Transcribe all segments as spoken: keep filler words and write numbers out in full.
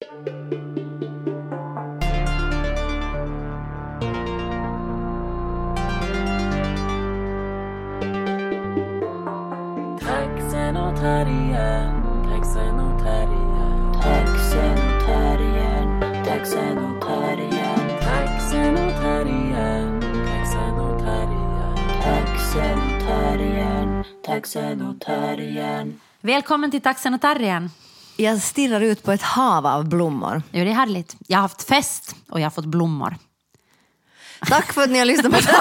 Taxenotarien, taxenotarien, taxenotarien, taxenotarien, taxenotarien, taxenotarien, taxenotarien, taxenotarien. Välkommen till Taxenotarien. Jag stirrar ut på ett hav av blommor. Jo, det är härligt. Jag har haft fest och jag har fått blommor. Tack för att ni har lyssnat på det.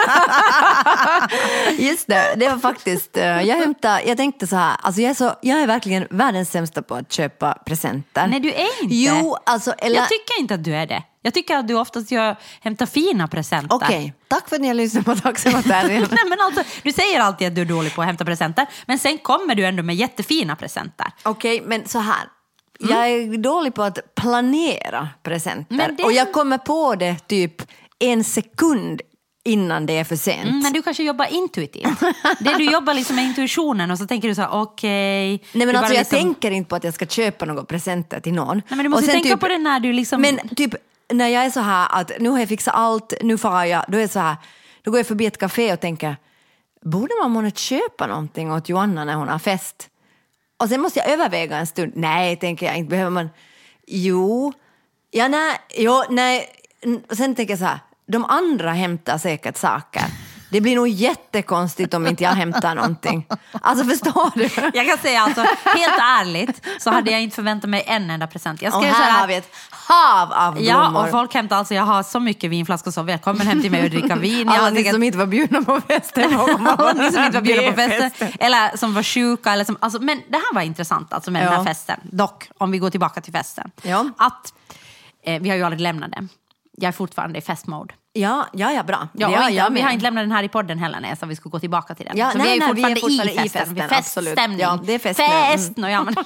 Just det, det var faktiskt jag hämtade, jag tänkte så här, alltså jag är så jag är verkligen världens sämsta på att köpa presenter. Nej, du är inte. Jo, alltså eller... Jag tycker inte att du är det. Jag tycker att du oftast gör, hämtar fina presenter. Okej, okay. Tack för att ni har lyssnat på Taxenotarien. Nej, men alltså, du säger alltid att du är dålig på att hämta presenter, men sen kommer du ändå med jättefina presenter. Okej, okay, men så här. Mm. Jag är dålig på att planera presenter. Det... Och jag kommer på det typ en sekund innan det är för sent. Mm, men du kanske jobbar intuitivt. Det du jobbar liksom med intuitionen och så tänker du så här, okej. Okay, nej, men alltså jag liksom... tänker inte på att jag ska köpa några presenter till någon. Nej, men du måste tänka typ... på det när du liksom... Men typ när jag är så här att nu har jag fixat allt, nu far jag, då är så här, då går jag förbi ett café och tänker, borde man månne köpa någonting åt Joanna när hon har fest? Och sen måste jag överväga en stund. Nej, tänker jag inte, behöver man... Jo, ja, nej, jo, nej. Och sen tänker jag så här, de andra hämtar säkert saker. Det blir nog jättekonstigt om inte jag hämtar någonting. Alltså förstår du? Jag kan säga alltså, helt ärligt så hade jag inte förväntat mig en enda present. Jag och här, här har vi ett hav av blommor. Ja, och folk hämtar alltså, jag har så mycket vinflaskor så välkommen hem till mig och dricka vin. Alla ni som inte var bjudna på festen. Alla ni som inte var bjudna på festen. Eller som var sjuka. Eller som, alltså, men det här var intressant alltså med ja. den här festen. Dock, om vi går tillbaka till festen. Ja. Att eh, vi har ju aldrig lämnat den. Jag är fortfarande i festmode. Ja, ja, ja, bra. Ja, ja, ja, vi har inte lämmat den här i podden heller när så vi ska gå tillbaka till den. Ja, så nej, vi är ju nej, fortfarande, vi är fortfarande i festen. I festen Feststämning. Ja, det är fest. Fest! Mm. Ja, men...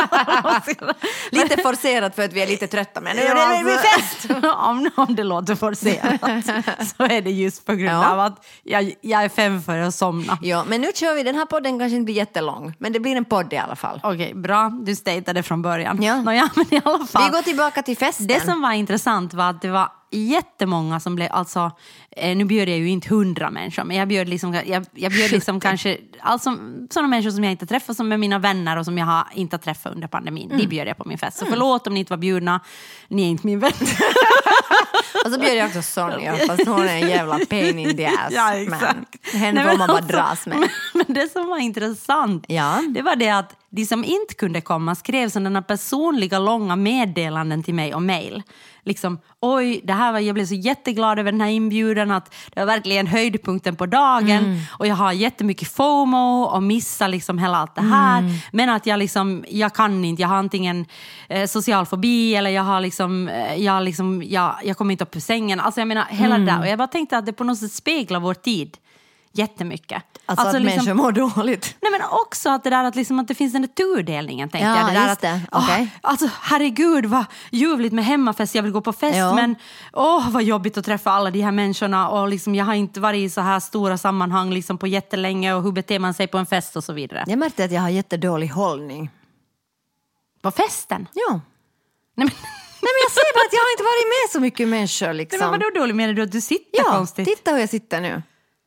lite forcerat för att vi är lite trötta. Men ja, det är fest! om, om det låter forcerat så är det just på grund ja. av att jag, jag är fem för att somna. Ja, men nu kör vi. Den här podden kanske inte blir jättelång. Men det blir en podd i alla fall. Okej, okay, bra. Du statade från början. Ja. Nå, ja, men i alla fall. Vi går tillbaka till festen. Det som var intressant var att det var jättemånga som blev, alltså, eh, nu bjöd jag ju inte hundra människor, men jag bjöd liksom, jag, jag bjöd liksom kanske, alltså sådana människor som jag inte träffat, som är mina vänner och som jag har inte träffat under pandemin, mm. de bjöd jag på min fest. Så förlåt om ni inte var bjudna, ni är inte min vän. Och så bjöd jag också Sonja, fast hon är en jävla pain in the ass. Ja, exakt. Men henne får man bara alltså, dras med. Men, men det som var intressant, ja. det var det att de som inte kunde komma skrev sådana personliga långa meddelanden till mig och mejl. Liksom, oj, det här var, jag blev så jätteglad över den här inbjudan, att det var verkligen höjdpunkten på dagen. Mm. Och jag har jättemycket FOMO och missar liksom hela allt det här. Mm. Men att jag liksom, jag kan inte, jag har antingen eh, social fobi eller jag har liksom, eh, jag liksom, jag, jag kommer inte upp ur sängen. Alltså jag menar, hela mm. det där. Och jag bara tänkte att det på något sätt speglar vår tid jättemycket. Alltså, alltså att liksom, människor mår dåligt. Nej, men också att det där att, liksom, att det finns den där tudelningen, tänkte ja, jag. Det där just att, det. Okay. Åh, alltså herregud vad ljuvligt med hemmafest, jag vill gå på fest, ja. men åh vad jobbigt att träffa alla de här människorna och liksom, jag har inte varit i så här stora sammanhang liksom, på jättelänge och hur beter man sig på en fest och så vidare. Jag märkte att jag har jättedålig hållning. På festen? Ja. Nej, men... Nej, men jag ser bara att jag har inte varit med så mycket människor liksom. Nej, men vadå dålig, menar du att du sitter ja, konstigt? Ja, titta hur jag sitter nu.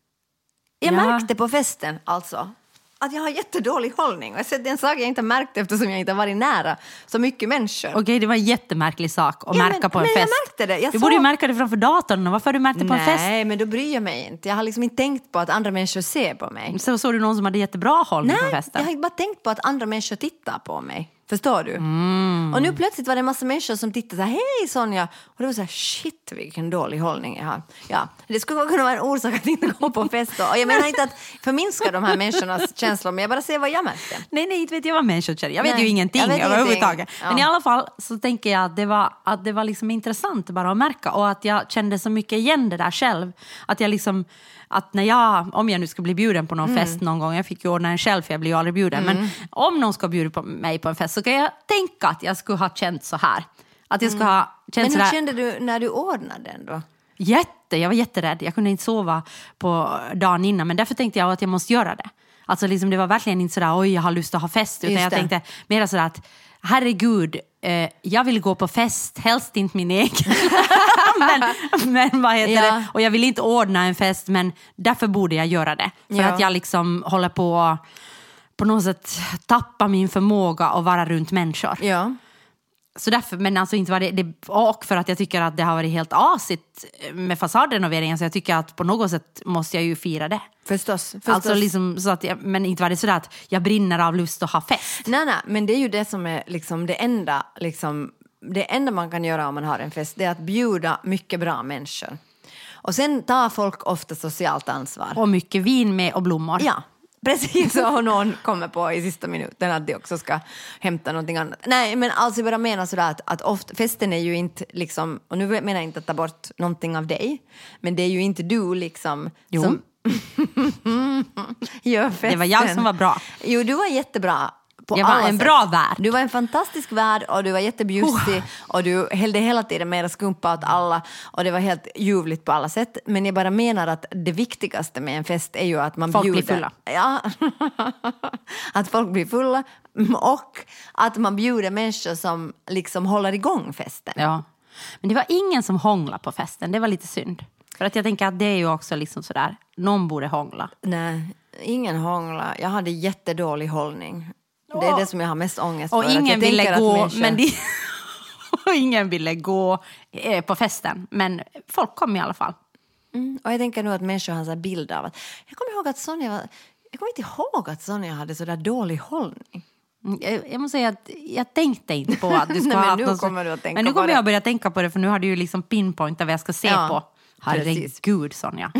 Jag ja. märkte på festen alltså att jag har jättedålig hållning. Och det är en sak jag inte märkt eftersom jag inte har varit nära så mycket människor. Okej, okay, det var en jättemärklig sak att ja, märka men, på en men fest. Jag märkte det. Jag du så... borde ju märka det framför datorn. Varför har du märkt det på Nej, en fest? Nej, men då bryr jag mig inte. Jag har liksom inte tänkt på att andra människor ser på mig. Så såg du någon som hade jättebra hållning Nej, på festen? Nej, jag har bara tänkt på att andra människor tittar på mig. Förstår du? Mm. Och nu plötsligt var det en massa människor som tittade så här, hej Sonja. Och det var så här, shit vilken dålig hållning jag har. Ja, det skulle kunna vara en orsak att inte gå på fest då. Och jag menar inte att förminska de här människornas känslor, men jag bara ser vad jag märkte. Nej, nej, inte vet jag vad människor känner. Jag vet nej, ju ingenting överhuvudtaget. Ja. Men i alla fall så tänker jag att det var, att det var liksom intressant bara att märka. Och att jag kände så mycket igen det där själv. Att jag liksom... Att när jag, om jag nu ska bli bjuden på någon mm. fest någon gång, jag fick ju ordna en själv för jag blir ju aldrig bjuden, mm. men om någon ska bjuda på mig på en fest så kan jag tänka att jag skulle ha känt så här. Att jag skulle ha känt men hur sådär, kände du när du ordnade den då? Jätte, jag var jätterädd. Jag kunde inte sova på dagen innan, men därför tänkte jag att jag måste göra det. Alltså liksom, det var verkligen inte sådär, oj jag har lust att ha fest, utan jag tänkte mer sådär att herregud, eh, jag vill gå på fest, helst inte min egen. men, men vad heter Ja. det? Och jag vill inte ordna en fest, men därför borde jag göra det. För Ja. att jag liksom håller på på något sätt tappa min förmåga att vara runt människor. Ja. Så därför, men alltså inte var det, det, och för att jag tycker att det har varit helt asigt med fasadrenoveringen, så jag tycker att på något sätt måste jag ju fira det. Förstås. förstås. Alltså liksom så att jag, men inte var det sådär att jag brinner av lust att ha fest. Nej, nej, men det är ju det som är liksom det enda, liksom, det enda man kan göra om man har en fest, det är att bjuda mycket bra människor. Och sen tar folk ofta socialt ansvar. Och mycket vin med och blommor. Ja, precis, så någon kommer på i sista minuten att de också ska hämta någonting annat. Nej, men alltså jag bara menar sådär att, att ofta, festen är ju inte liksom, och nu menar jag inte att ta bort någonting av dig, men det är ju inte du liksom Jo. som gör festen. Det var jag som var bra. Jo, du var jättebra. På Jag var alla en sätt. bra värd. Du var en fantastisk värd och du var jättebjussig Oh. och du hällde hela tiden mera skumpa åt alla och det var helt ljuvligt på alla sätt. Men jag bara menar att det viktigaste med en fest är ju att man Folk blir bjuder. fulla. Ja, att folk blir fulla och att man bjuder människor som liksom håller igång festen. Ja. Men det var ingen som hånglade på festen. Det var lite synd. För att jag tänker att det är ju också liksom sådär, någon borde hångla. Nej, ingen hångla. Jag hade jättedålig hållning. Det är det som jag har mest ångest Och för. Att jag ingen ville tänker att gå, människor- men de, och ingen ville gå eh, på festen. Men folk kom i alla fall. Mm. Och jag tänker nu att människor har en sån här bild av att jag kommer ihåg att Sonja var, jag kommer inte ihåg att Sonja hade så där dålig hållning. Mm, Jag, jag måste säga att jag tänkte inte på att du Nej, skulle men ha nu någon så- kommer du att tänka Men nu på kommer det. jag börja tänka på det, för nu har du ju liksom pinpointat vad jag ska se Ja, på. precis. Herregud, Sonja.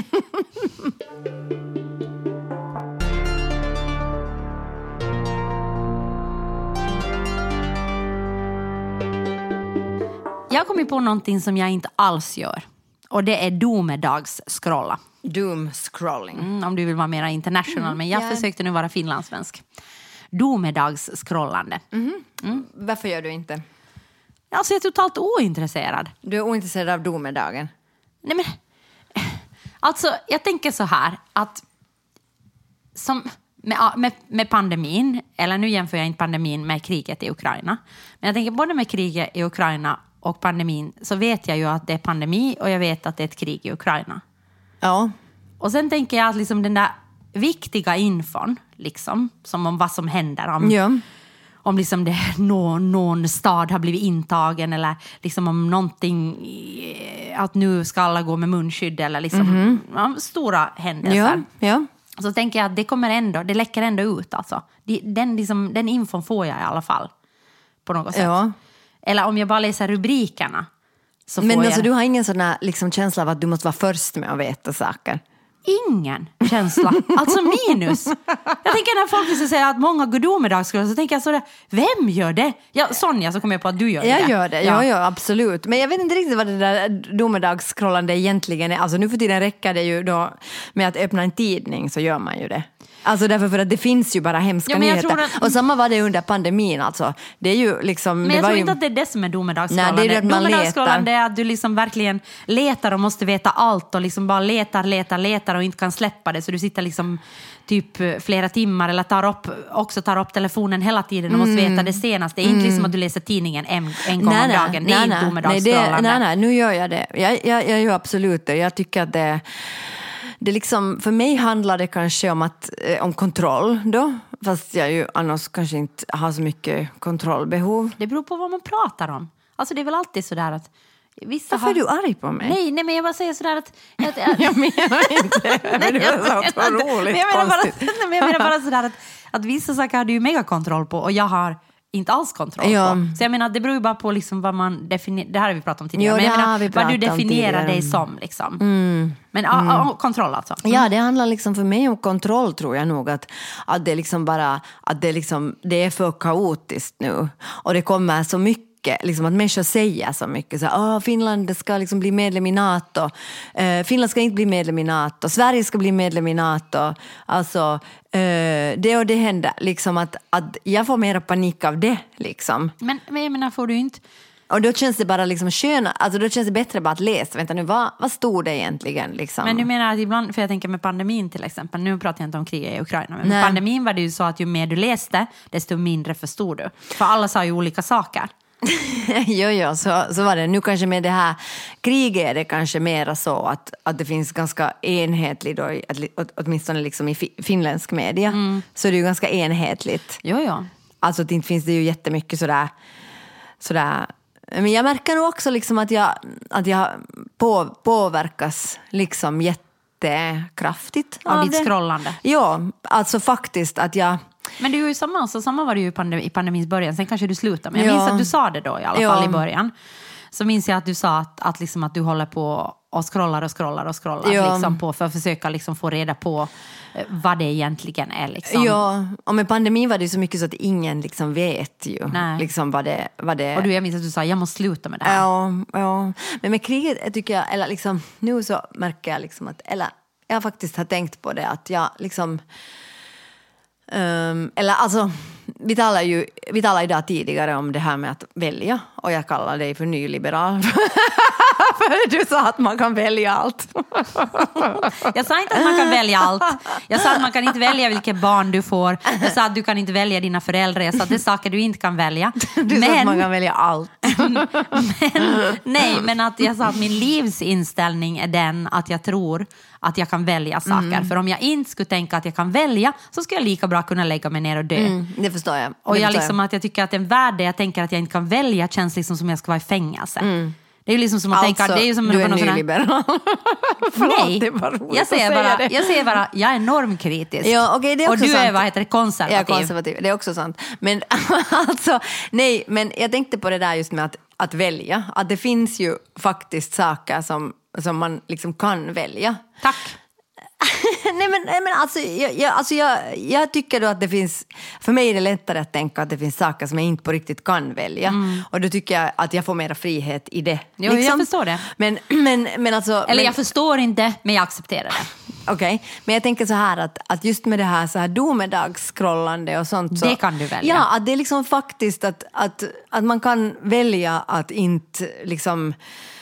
Jag kom ju på någonting som jag inte alls gör. Och det är domedagsskrolla. Doom scrolling. Mm, om du vill vara mer international. Men jag ja. försökte nu vara finlandssvensk. Domedagsskrollande. Varför gör du inte? Alltså jag är totalt ointresserad. Du är ointresserad av domedagen. Nej men, alltså jag tänker så här att som med, med, med pandemin, eller nu jämför jag inte pandemin med kriget i Ukraina, men jag tänker både med kriget i Ukraina och pandemin, så vet jag ju att det är pandemi och jag vet att det är ett krig i Ukraina. Ja. Och sen tänker jag att liksom den där viktiga infon, liksom, som om vad som händer, om, Ja. om liksom det, någon, någon stad har blivit intagen, eller liksom om någonting, eh, att nu ska alla gå med munskydd, eller liksom Mhm. ja, stora händelser. Ja. Ja. Så tänker jag att det kommer ändå, det läcker ändå ut alltså. Det- Den, liksom, den infon får jag i alla fall. På något sätt. Ja. Eller om jag bara läser rubrikerna. Så Men får alltså, jag du har ingen sån här liksom, känsla av att du måste vara först med att veta saker. ingen känsla. Alltså minus. Jag tänker när folk liksom säger att många går domedagsskrolla, så tänker jag sådär, vem gör det? Ja, Sonja, så kommer jag på att du gör det. Jag gör det, Ja. ja. Ja, absolut. Men jag vet inte riktigt vad det där domedagsskrollande egentligen är. Alltså nu för tiden räcker det ju då med att öppna en tidning, så gör man ju det. Alltså därför för att det finns ju bara hemska Ja, men jag nyheter. tror att- Och samma var det under pandemin alltså. Det är ju liksom... Men det jag var tror ju... inte att det är det som är domedagsskrollande. Nej, det är det att man Domedagsskrollande letar. är att du liksom verkligen letar och måste veta allt och liksom bara letar, letar, letar och inte kan släppa det. Så du sitter liksom typ flera timmar eller tar upp, också tar upp telefonen hela tiden och måste veta det senaste. Det är inte liksom att du läser tidningen en, en gång om dagen. Det är inte nej, domedagsskrollande. det, nej, nej, nu gör jag det. Jag, jag, jag gör absolut det. Jag tycker att det... Det liksom, för mig handlar det kanske om, att, eh, om kontroll då. Fast jag ju annars kanske inte har så mycket kontrollbehov. Det beror på vad man pratar om. Alltså det är väl alltid sådär att vissa Varför har... är du arg på mig? Nej, nej, men jag bara säger sådär att... att, att... Jag menar inte. Men det var så otroligt men jag menar bara, konstigt. nej, men jag menar bara sådär att, att vissa saker har du ju mega kontroll på och jag har inte alls kontroll Ja. på. Så jag menar, det beror ju bara på liksom vad man definierar. Det här har vi pratat om tidigare. Jo, men jag det menar, har vi vad du pratat om definierar tidigare. dig som liksom. Men ja, ja, kontroll alltså. Ja, det handlar liksom för mig om kontroll, tror jag nog. Att, att det liksom bara, att det liksom, det är för kaotiskt nu. Och det kommer så mycket, liksom att människor säger så mycket. Så, Åh, Finland ska liksom bli medlem i NATO. Eh, Finland ska inte bli medlem i NATO. Sverige ska bli medlem i NATO. Alltså, eh, det och det händer. Liksom att, att jag får mer panik av det, liksom. Men, men jag menar, får du inte... Och då känns det bara liksom sköna, alltså då känns det bättre bara att läsa. Vänta nu, vad, vad stod det egentligen liksom? Men du menar att ibland, för jag tänker med pandemin till exempel, nu pratar jag inte om kriget i Ukraina, men Nej. med pandemin var det ju så att ju mer du läste, desto mindre förstod du. För alla sa ju olika saker. jo, jo, så, så var det. Nu kanske med det här kriget är det kanske mera så att, att det finns ganska enhetligt, då, att, åtminstone liksom i fi, finländsk media, mm. så är det ju ganska enhetligt. Jo, jo. Alltså det finns det ju jättemycket sådär, sådär. Men jag märker nog också liksom att jag, att jag på, påverkas liksom jättekraftigt av av ditt det. scrollande. Ja, alltså faktiskt att jag... Men det är ju samma, så samma var det ju i, pandem- i pandemins början. Sen kanske du slutar. Men jag ja. minns att du sa det då i alla ja. fall i början. Så minns jag att du sa att, att, liksom att du håller på och scrollar och scrollar och scrollar ja. liksom på, för att försöka liksom få reda på vad det egentligen är. Liksom. Ja, och med pandemin var det så mycket så att ingen liksom vet ju liksom vad, det, vad det... Och du, jag minns att du sa, jag måste sluta med det här. Ja, ja. Men med kriget tycker jag, eller liksom, nu så märker jag liksom att, eller jag faktiskt har tänkt på det att jag liksom... Um, eller alltså, vi talar ju vi talar idag tidigare om det här med att välja, och jag kallar dig för nyliberal för du sa att man kan välja allt. Jag sa inte att man kan välja allt. Jag sa att man kan inte välja vilket barn du får. Jag sa att du kan inte välja dina föräldrar. Jag sa att det är saker du inte kan välja. Du men, sa att man kan välja allt. men, nej, men att jag sa att min livsinställning är den att jag tror att jag kan välja saker. Mm. För om jag inte skulle tänka att jag kan välja, så skulle jag lika bra kunna lägga mig ner och dö. Mm, det förstår jag. Det och jag, förstår liksom, jag. att jag tycker att en värld där jag tänker att jag inte kan välja känns liksom som jag ska vara i fängelse. Mm. Det är ju liksom som att alltså, tänka... Det är ju som du är nyliberal. Nej, jag säger, bara, jag säger bara, jag är normkritisk. Ja, okay, det är också och du sant. är, vad heter det, konservativ. Jag är konservativ, det är också sant. Men alltså, nej, men jag tänkte på det där just med att, att välja. Att det finns ju faktiskt saker som, som man liksom kan välja. Tack. nej, men, nej men alltså, jag, jag, alltså jag, jag tycker då att det finns, för mig är det lättare att tänka att det finns saker som jag inte på riktigt kan välja. Mm. Och då tycker jag att jag får mera frihet i det. Jo, liksom. Jag förstår det. Men, men, men alltså, Eller men, jag förstår inte, men jag accepterar det. Okej, okay. Men jag tänker så här att, att just med det här, så här domedagsskrollande och sånt. Så, det kan du välja. Ja, att det är liksom faktiskt att, att, att man kan välja att inte liksom...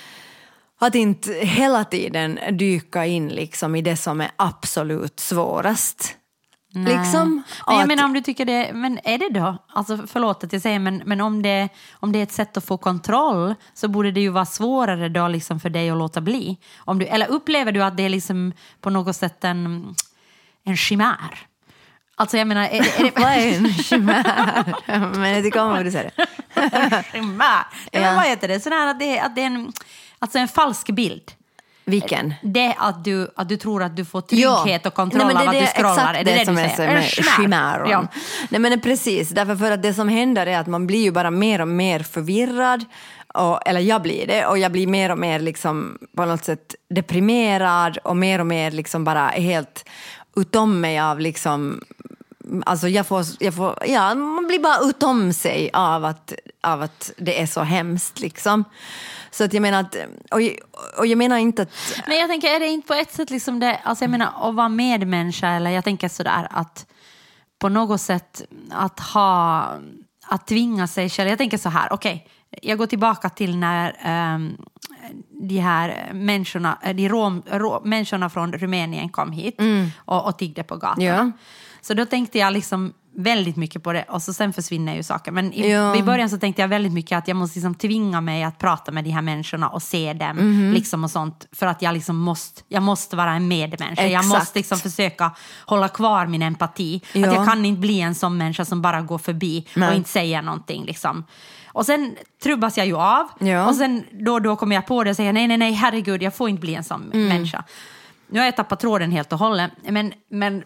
Att inte hela tiden dyka in liksom i det som är absolut svårast. Nej. Liksom. Men jag att, menar om du tycker det, men är det då? Alltså förlåt att jag säger, men, men om, det, om det är ett sätt att få kontroll, så borde det ju vara svårare då liksom för dig att låta bli. Om du, eller upplever du att det är liksom på något sätt en, en chimär? Alltså jag menar... Är, är det... Vad är en chimär? Men jag tycker om vad du säger det. Chimär? Ja. Men vad heter det? Sådär att det, att det är en... Alltså en falsk bild. Vilken? Det att du, att du tror att du får trygghet och kontroll. Nej, det, av att det du scrollar. Exakt är det, det, det som du är säger? Är chimäron. Ja. Nej, men det är precis. Därför för att det som händer är att man blir ju bara mer och mer förvirrad. Och, eller jag blir det. Och jag blir mer och mer liksom på något sätt deprimerad. Och mer och mer liksom bara helt utom mig av liksom... Alltså jag får, jag får... Ja, man blir bara utom sig av att, av att det är så hemskt liksom. Så att jag menar att, och, och jag menar inte att... Men jag tänker, är det inte på ett sätt liksom det, alltså jag menar att vara medmänniska, eller jag tänker sådär att på något sätt att ha, att tvinga sig själv, jag tänker så här, okej, okay, jag går tillbaka till när um, de här människorna, de rom, rom, människorna från Rumänien kom hit mm. och, och tiggde på gatan. Ja. Så då tänkte jag liksom väldigt mycket på det, och så sen försvinner ju saker. Men i, ja. i början så tänkte jag väldigt mycket att jag måste liksom tvinga mig att prata med de här människorna och se dem mm-hmm. liksom och sånt. För att jag liksom måste, jag måste vara en medmänniska. Exakt. Jag måste liksom försöka hålla kvar min empati. Ja. Att jag kan inte bli en sån människa som bara går förbi Nej. och inte säger någonting liksom. Och sen trubbas jag ju av. Ja. Och sen då och då kommer jag på det och säger nej, nej, nej, herregud, jag får inte bli en sån mm. människa. Nu har jag tappat tråden helt och hållet. Men, men,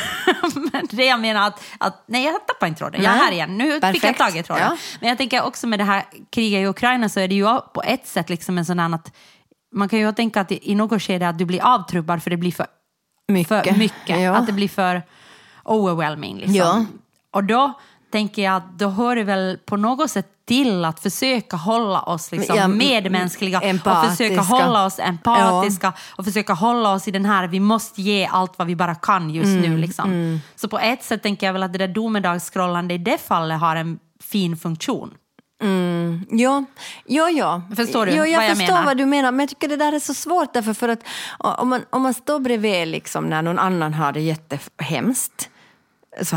men det jag menar att, att... Nej, jag tappar inte tråden. Nej. Jag är här igen. Nu Perfekt. fick jag tag i tråden. Ja. Men jag tänker också med det här kriget i Ukraina, så är det ju på ett sätt liksom en sån här att... Man kan ju tänka att i något skede att du blir avtrubbad för det blir för mycket. För mycket. Ja. Att det blir för overwhelming. Liksom. Ja. Och då tänker jag att då hör det väl på något sätt till att försöka hålla oss liksom ja, medmänskliga empatiska. Och försöka hålla oss empatiska ja. och försöka hålla oss i den här, vi måste ge allt vad vi bara kan just mm, nu liksom. Mm. Så på ett sätt tänker jag väl att det där domedagsskrollande i det fallet har en fin funktion. Mm, ja, ja, ja. Förstår du ja, jag vad jag förstår menar? vad du menar, men jag tycker det där är så svårt därför för att om man, om man står bredvid liksom när någon annan har det jättehemskt så här,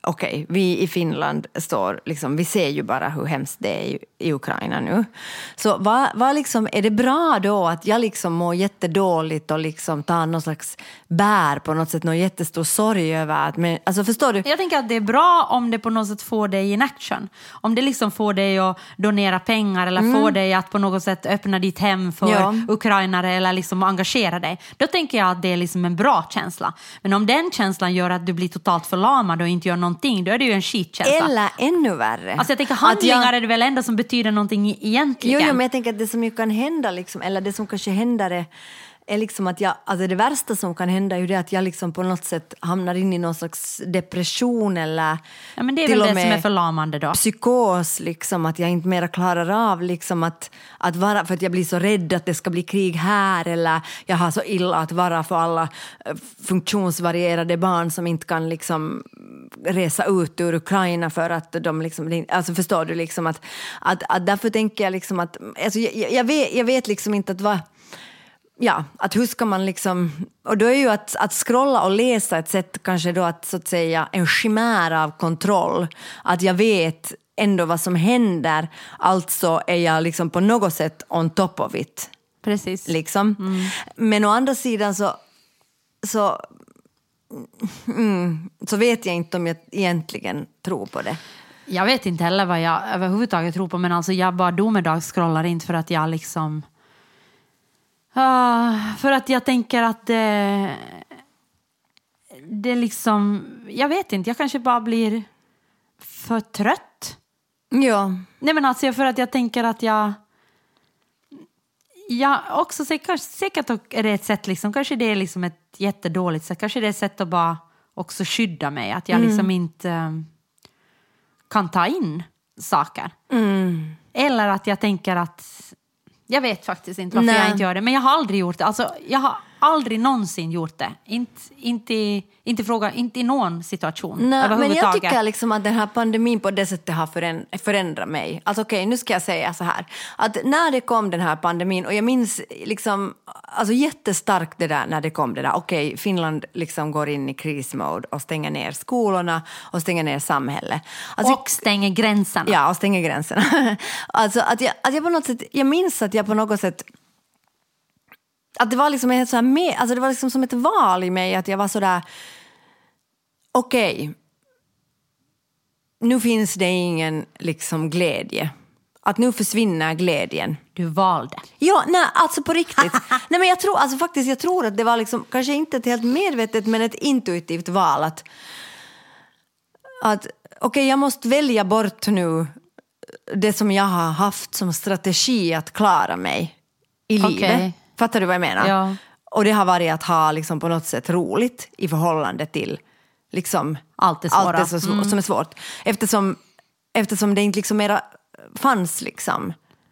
okej, okay, vi i Finland står, liksom, vi ser ju bara hur hemskt det är i, i Ukraina nu. Så vad, vad liksom, är det bra då att jag liksom mår jättedåligt och liksom tar någon slags bär på något sätt, någon jättestor sorg över att, men, alltså förstår du? Jag tänker att det är bra om det på något sätt får dig in action. Om det liksom får dig att donera pengar eller mm. får dig att på något sätt öppna ditt hem för ja. ukrainare eller liksom engagera dig. Då tänker jag att det är liksom en bra känsla. Men om den känslan gör att du blir totalt förlamad och inte gör någonting, då är det ju en skitkänsla. Eller ännu värre. Alltså jag tänker handlingar jag... är det väl ändå som betyder någonting egentligen. Jo, jo, men jag tänker att det som ju kan hända liksom, eller det som kanske händer är, är liksom att jag, alltså det värsta som kan hända är ju det att jag liksom på något sätt hamnar in i någon slags depression eller ja, men det är väl det som är förlamande då. Psykos liksom, att jag inte mer klarar av liksom att, att vara, för att jag blir så rädd att det ska bli krig här eller jag har så illa att vara för alla funktionsvarierade barn som inte kan liksom resa ut ur Ukraina för att de liksom, alltså förstår du liksom att, att, att därför tänker jag liksom att, alltså jag, jag, vet, jag vet liksom inte att vad ja, att hur ska man liksom, och då är ju att, att scrolla och läsa ett sätt kanske då att så att säga en skimär av kontroll, att jag vet ändå vad som händer, alltså är jag liksom på något sätt on top of it. Precis. Liksom. Mm. Men å andra sidan så så, mm, så vet jag inte om jag egentligen tror på det. Jag vet inte heller vad jag överhuvudtaget tror på, men alltså jag bara domedagscrollar inte för att jag liksom Uh, för att jag tänker att det, det liksom, jag vet inte, jag kanske bara blir för trött. Ja. Nej men alltså för att jag tänker att jag, jag också säkert, säkert är det ett sätt liksom, kanske det är liksom ett jättedåligt sätt, kanske det är ett sätt att bara också skydda mig, att jag mm. liksom inte um, kan ta in saker. Mm. Eller att jag tänker att jag vet faktiskt inte varför Nej. jag inte gör det. Men jag har aldrig gjort det. Alltså, jag har aldrig någonsin gjort det. Inte, inte, inte, fråga, inte i någon situation. Nej, men jag tycker liksom att den här pandemin på det sättet har förändrat mig. Alltså okej, okay, nu ska jag säga så här. Att när det kom den här pandemin, och jag minns liksom, alltså jättestarkt det där när det kom det där. Okej, okay, Finland liksom går in i krismode och stänger ner skolorna och stänger ner samhället. Alltså, och stänger gränserna. Ja, och stänger gränserna. Alltså att jag, att jag på något sätt, jag minns att jag på något sätt att det var liksom ett så här med, alltså det var liksom som ett val i mig, att jag var så där okej, okay, nu finns det ingen liksom glädje, att nu försvinner glädjen. Du valde. Ja, nej, alltså på riktigt. Nej, men jag tror, alltså faktiskt, jag tror att det var liksom, kanske inte ett helt medvetet, men ett intuitivt val att, att okej, okay, jag måste välja bort nu det som jag har haft som strategi att klara mig i livet. Okay. Fattar du vad jag menar? Ja. Och det har varit att ha liksom på något sätt roligt i förhållande till liksom allt det, svåra. allt det så, mm. som är svårt. Eftersom, eftersom det inte liksom mera fanns liksom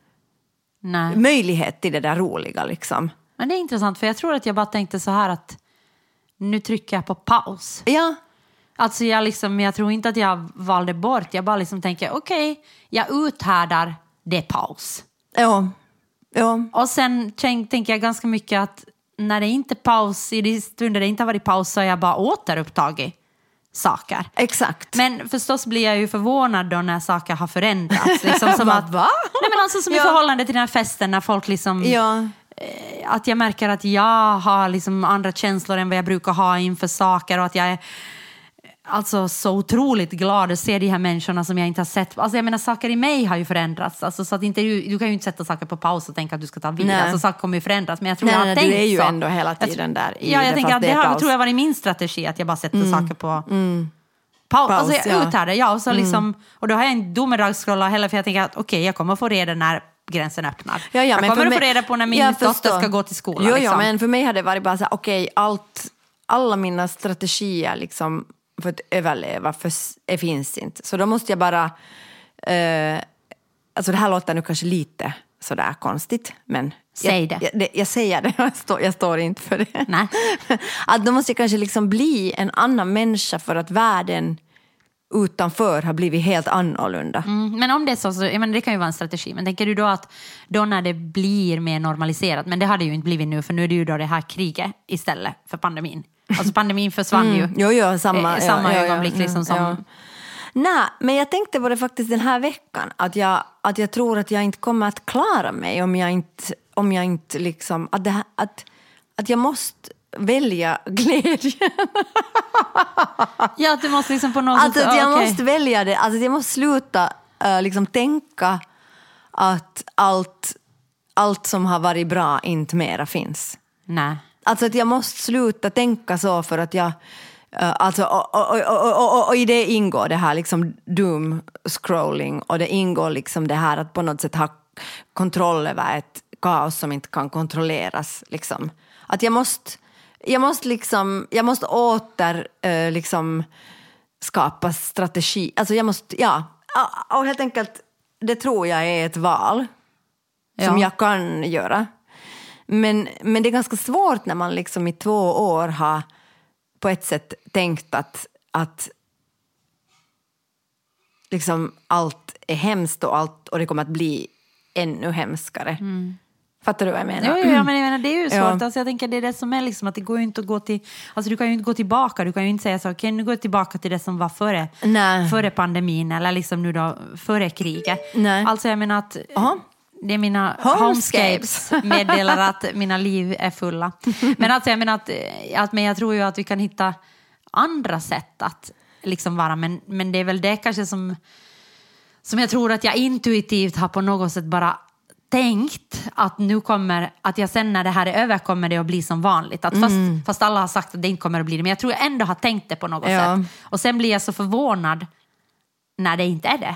Nej. möjlighet till det där roliga liksom. Men det är intressant, för jag tror att jag bara tänkte så här att nu trycker jag på paus. Ja. Alltså jag liksom, jag tror inte att jag valde bort. Jag bara liksom tänker, okej, okay, jag uthärdar det paus. Ja. Ja. Och sen tänk, tänker jag ganska mycket att när det inte paus, i de stunder det inte har varit paus, så har jag bara återupptagit saker. Exakt. Men förstås blir jag ju förvånad då när saker har förändrats. Liksom som att, va? Nej, men alltså som ja. i förhållande till den här festen när folk liksom... Ja. Eh, att jag märker att jag har liksom andra känslor än vad jag brukar ha inför saker, och att jag är alltså så otroligt glad att se de här människorna som jag inte har sett. Alltså jag menar, saker i mig har ju förändrats. Alltså, så att inte, du, du kan ju inte sätta saker på paus och tänka att du ska ta vidare. Alltså saker kommer ju förändras. Men jag tror nej, jag har nej, tänkt du är ju så. ändå hela tiden där. I ja, jag det, tänker att det, det har, tror jag varit min strategi. Att jag bara sätter mm. saker på mm. paus. paus. Alltså jag ja. uthär det. Ja, och, så mm. liksom, och då har jag en domedagsskrolla heller, för jag tänker att okej, okay, jag kommer få reda när gränsen öppnar. Ja, ja, jag men kommer att mig, få reda på när min dotter ska gå till skolan. Jo, liksom. ja, men för mig hade det varit bara så här, okej, okay, allt, alla mina strategier liksom för att överleva för, är, finns inte. Så då måste jag bara eh, alltså det här låter nu kanske lite sådär konstigt, men säg det. Jag, jag, jag säger det, jag står, jag står inte för det. Nej. Att då måste jag kanske liksom bli en annan människa för att världen utanför har blivit helt annorlunda. Mm, men om det är så, så jag menar, det kan ju vara en strategi. Men tänker du då att då när det blir mer normaliserat, men det har det ju inte blivit nu, för nu är det ju då det här kriget istället för pandemin. Alltså pandemin försvann mm, ju jo, jo, samma, eh, samma ja, ögonblick ja, liksom som ja. Nej, men jag tänkte på det faktiskt den här veckan. Att jag, att jag tror att jag inte kommer att klara mig om jag inte, om jag inte liksom... Att, det här, att, att jag måste välja glädjen. Ja, att du måste liksom på något Alltså sätt... att jag okay. måste välja det. Alltså att jag måste sluta uh, liksom tänka att allt, allt som har varit bra inte mera finns. Nej. Alltså att jag måste sluta tänka så för att jag... Uh, alltså, och, och, och, och, och, och i det ingår det här liksom doom scrolling och det ingår liksom det här att på något sätt ha kontroll över ett kaos som inte kan kontrolleras. Liksom. Att jag måste, jag måste, liksom, jag måste åter uh, liksom skapa strategi. Alltså jag måste, ja, och helt enkelt det tror jag är ett val ja. Som jag kan göra. Men, men det är ganska svårt när man liksom i två år har på ett sätt tänkt att, att liksom allt är hemskt och, allt, och det kommer att bli ännu hemskare. Mm. Fattar du vad jag menar? Jo, jo, ja, men jag menar, det är ju svårt. Ja. Alltså, jag tänker det är det som är liksom att det går ju inte att gå till... Alltså du kan ju inte gå tillbaka. Du kan ju inte säga så, okej okay, nu går jag tillbaka till det som var före, före pandemin eller liksom nu då före kriget. Nej. Alltså jag menar att... Aha. Det är mina homescapes meddelar att mina liv är fulla. Men alltså jag menar att, att men jag tror ju att vi kan hitta andra sätt att liksom vara. Men, men det är väl det kanske som, som jag tror att jag intuitivt har på något sätt bara tänkt att nu kommer, att jag sen när det här är över kommer det att bli som vanligt. Att fast, mm. fast alla har sagt att det inte kommer att bli det. Men jag tror jag ändå har tänkt det på något ja. sätt. Och sen blir jag så förvånad när det inte är det.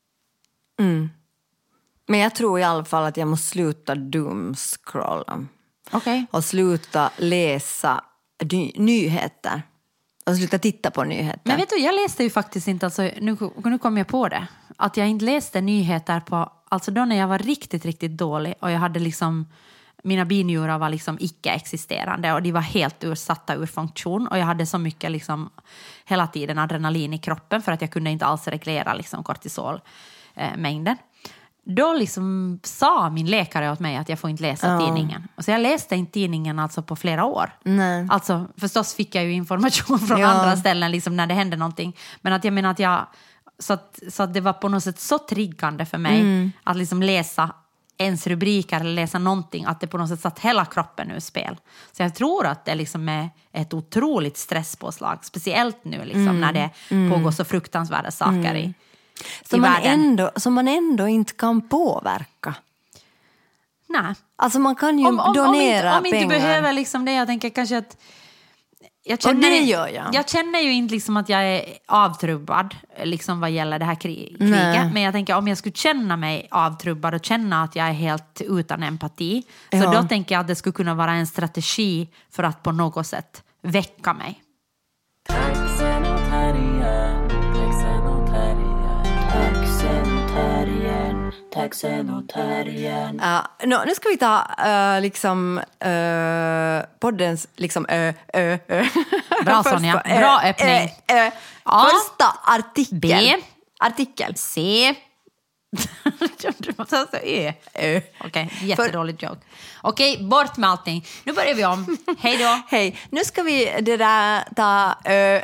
Mm. Men jag tror i alla fall att jag måste sluta doomscrolla. Okay. Och sluta läsa ny- nyheter. Och sluta titta på nyheter. Men vet du, jag läste ju faktiskt inte, alltså, nu, nu kom jag på det. Att jag inte läste nyheter på, alltså då när jag var riktigt, riktigt dålig. Och jag hade liksom, mina binjurar var liksom icke-existerande. Och de var helt ursatta ur funktion. Och jag hade så mycket liksom hela tiden adrenalin i kroppen. För att jag kunde inte alls reglera liksom kortisolmängden. Då liksom sa min läkare åt mig att jag får inte läsa ja. tidningen. Och så jag läste inte tidningen alltså på flera år. Nej. Alltså förstås fick jag ju information från ja. andra ställen liksom när det hände någonting. Men att jag menar att jag... Så att, så att det var på något sätt så triggande för mig mm. att liksom läsa ens rubriker eller läsa någonting. Att det på något sätt satt hela kroppen ur spel. Så jag tror att det liksom är ett otroligt stresspåslag. Speciellt nu liksom mm. när det mm. pågår så fruktansvärda saker mm. i... Som man, ändå, som man ändå inte kan påverka. Nej. Alltså man kan ju om, om, donera om inte, om pengar. inte behöver liksom det, jag tänker kanske att... Jag känner, och det gör jag. Jag känner ju inte liksom att jag är avtrubbad liksom vad gäller det här krig, kriget. Nej. Men jag tänker om jag skulle känna mig avtrubbad och känna att jag är helt utan empati. Ja. Så då tänker jag att det skulle kunna vara en strategi för att på något sätt väcka mig. Uh, no, nu ska vi ta uh, liksom uh, poddens liksom ö, ö, ö. Bra Sonja, bra öppning. Ö, ö, ö. A. Första artikel. B. Artikel. C. Du måste säga Ö. Ö. Okej, okay, jättedåligt joke. Okej, okay, bort med allting. Nu börjar vi om. Hej då. Hej, nu ska vi det där ta... Ö.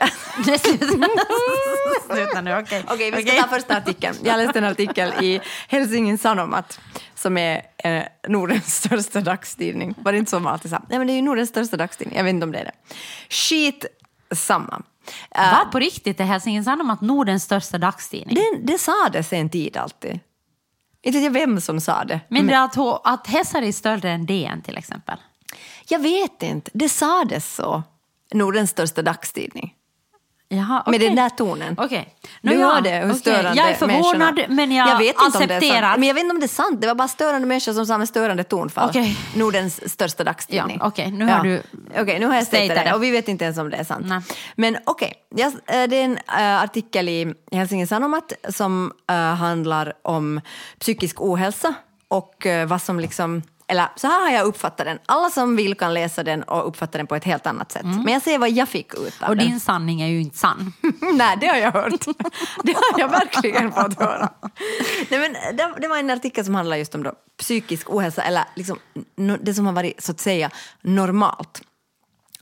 Sluta nu, okej. Okay. Okej, okay, vi ska ta första artikeln. Jag läste en artikel i Helsingin Sanomat som är eh, Nordens största dagstidning. Var det inte så man alltid sa? Nej, men det är ju Nordens största dagstidning. Jag vet inte om det är det. Skit samma. Uh, Va, på riktigt? Det Helsingin Sanomat Nordens största dagstidning? Det, det sa det sen tid alltid. Inte vet jag vem som sa det. Men, men att, att Hesari är större än D N till exempel? Jag vet inte. Det sa det så. Nordens största dagstidning. Jaha, okay. Med den där tonen. Okay. Du hör det, hur störande okay. Jag är förvånad, människorna. men jag, jag vet inte accepterar. Om det är sant. Men jag vet inte om det är sant. Det var bara störande människor som sa med störande tonfall. Okay. Nordens största dagstidning. Ja, okej, okay. nu har ja. du okay, nu har jag statat det. Och vi vet inte ens om det är sant. Nej. Men okej, okay. Det är en uh, artikel i Helsingin Sanomat som uh, handlar om psykisk ohälsa och uh, vad som liksom... Eller så här har jag uppfattat den. Alla som vill kan läsa den och uppfatta den på ett helt annat sätt. Mm. Men jag ser vad jag fick ut av och den. Och din sanning är ju inte sann. Nej, det har jag hört. Det har jag verkligen fått höra. Nej, men det, det var en artikel som handlar just om då, psykisk ohälsa. Eller liksom, det som har varit så att säga normalt.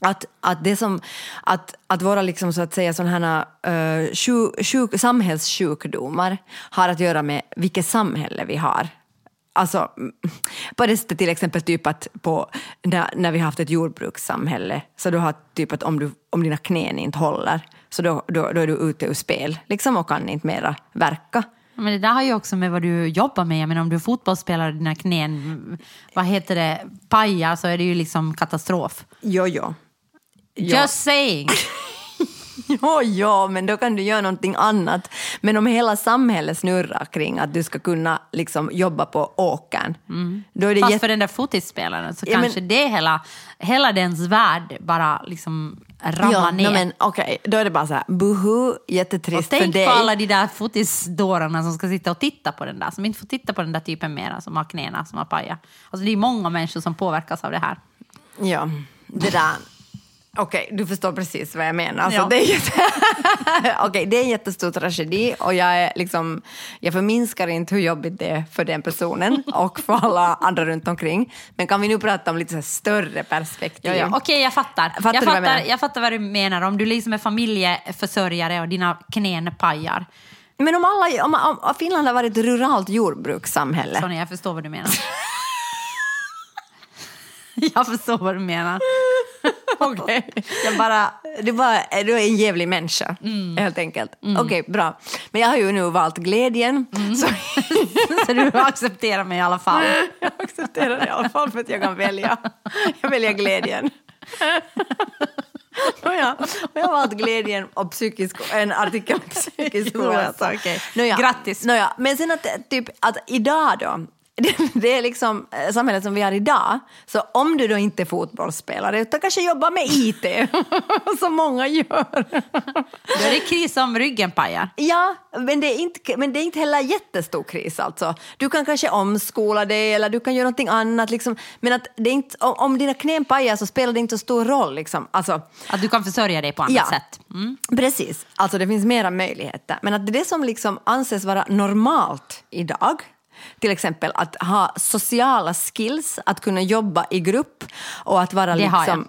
Att, att det som att, att våra liksom så att säga sådana här uh, sjuk, sjuk, samhällssjukdomar har att göra med vilket samhälle vi har. Alltså på det sättet till exempel typ att på, när, när vi har haft ett jordbrukssamhälle så du har typ att om, du, om dina knän inte håller så då, då, då är du ute ur spel liksom och kan inte mera verka. Men det där har ju också med vad du jobbar med. Jag menar, om du är fotbollsspelare och dina knän, vad heter det, pajar, så är det ju liksom katastrof. Jo, jo. jo. Just saying. Jo, jo, men då kan du göra någonting annat. Men om hela samhället snurrar kring att du ska kunna liksom jobba på åkern. Mm. Då är det Fast jätt... för den där fotispelaren så ja, kanske men... det hela, hela dens värld bara liksom ramlar ja, ner. No, men okej, okay. Då är det bara så här, buhu, jättetrist för dig. Och tänk på alla de där fotisdårarna som ska sitta och titta på den där, som inte får titta på den där typen mera, som har knäna, som har paja. Alltså det är många människor som påverkas av det här. Ja, det där... Okej, okay, du förstår precis vad jag menar. Alltså, ja. det, är jätte... okay, det är en jättestor tragedi och jag, är liksom, jag förminskar inte hur jobbigt det är för den personen och för alla andra runt omkring. Men kan vi nu prata om lite så här större perspektiv? Ja, ja. Okej, okay, jag fattar. Fattar jag, vad fattar jag, jag fattar vad du menar. Om du liksom är familjeförsörjare och dina knän pajar. Men om, alla, om, om Finland har varit ett ruralt jordbrukssamhälle. Sonja, jag förstår vad du menar. Jag förstår vad du menar. Okej. Okay. Jag bara, du, bara, du är en jävlig människa, mm. helt enkelt. Mm. Okej, okay, bra. Men jag har ju nu valt glädjen. Mm. Så... så du accepterar mig i alla fall. Jag accepterar det i alla fall för att jag kan välja. Jag väljer glädjen. Och jag, och jag har valt glädjen och psykisk, en artikel om psykisk ohälsa. Okay. Nåja, grattis. Nåja, men sen att, typ, att idag då, det är liksom samhället som vi har idag. Så om du då inte är fotbollsspelare utan kanske jobbar med I T som många gör. Då är det kris om ryggen pajar. Ja, men det är inte, men det är inte heller jättestor kris alltså. Du kan kanske omskola dig eller du kan göra någonting annat liksom. Men att det är inte, om dina knän pajar så spelar det inte så stor roll liksom. Alltså, att du kan försörja dig på annat ja, sätt. Mm. Precis, alltså det finns mera möjligheter. Men att det är det som liksom anses vara normalt idag. Till exempel att ha sociala skills, att kunna jobba i grupp och att vara det liksom...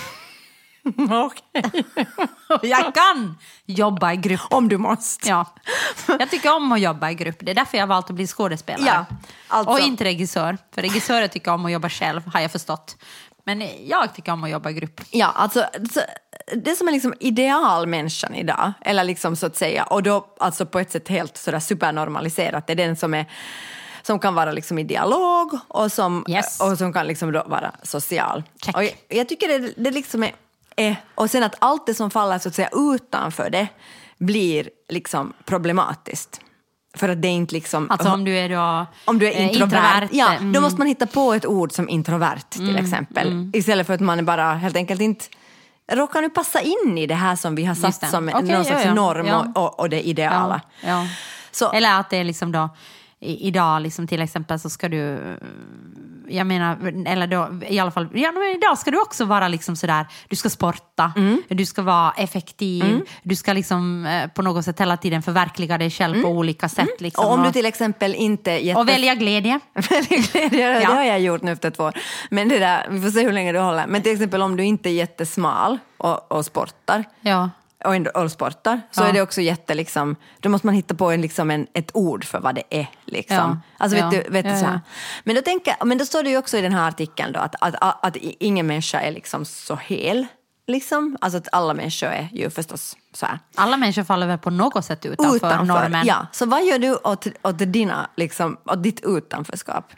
har jag. Okej. Jag kan jobba i grupp. Om du måste. Ja. Jag tycker om att jobba i grupp. Det är därför jag har valt att bli skådespelare. Ja, alltså. Och inte regissör. För regissörer tycker om att jobba själv, har jag förstått. Men jag tycker om att jobba i grupp. Ja, alltså... Så, det som är liksom idealmänniskan idag, eller liksom så att säga, och då alltså på ett sätt helt sådär supernormaliserat, det är den som är som kan vara liksom i dialog och som, yes. och som kan liksom då vara social. Check. Och jag, jag tycker det, det liksom är, är, och sen att allt det som faller så att säga utanför det blir liksom problematiskt. För att det är inte liksom... Alltså om du är då om du är eh, introvert, introvert ja, mm. då måste man hitta på ett ord som introvert till mm, exempel. Mm. Istället för att man bara helt enkelt inte råkar nu passa in i det här som vi har satt som okay, någon slags ja, ja. norm ja. Och, och det ideala. Ja, ja. Så, eller att det är liksom då i, idag liksom till exempel så ska du jag menar eller då i alla fall ja, men idag ska du också vara liksom sådär, du ska sporta, mm. du ska vara effektiv, mm. du ska liksom eh, på något sätt hela tiden förverkliga dig själv mm. på olika sätt mm. liksom, och om och, du till exempel inte jätte... och välja glädje. välja glädje, det ja. har jag gjort nu efter två år. Men det där, vi får se hur länge du håller. Men till exempel om du inte är jättesmal och, och sportar ja. och, och sportar så ja. är det också jätte liksom, då måste man hitta på en, liksom en, ett ord för vad det är liksom. Ja. Alltså ja. vet du, vet ja, du så här. Ja. Men då tänker, men då står det ju också i den här artikeln då att, att, att, att ingen människa är liksom så hel liksom, alltså att alla människor är ju förstås så här. Alla människor faller väl på något sätt utanför, utanför normen. Ja, så vad gör du åt, åt dina liksom, åt ditt utanförskap?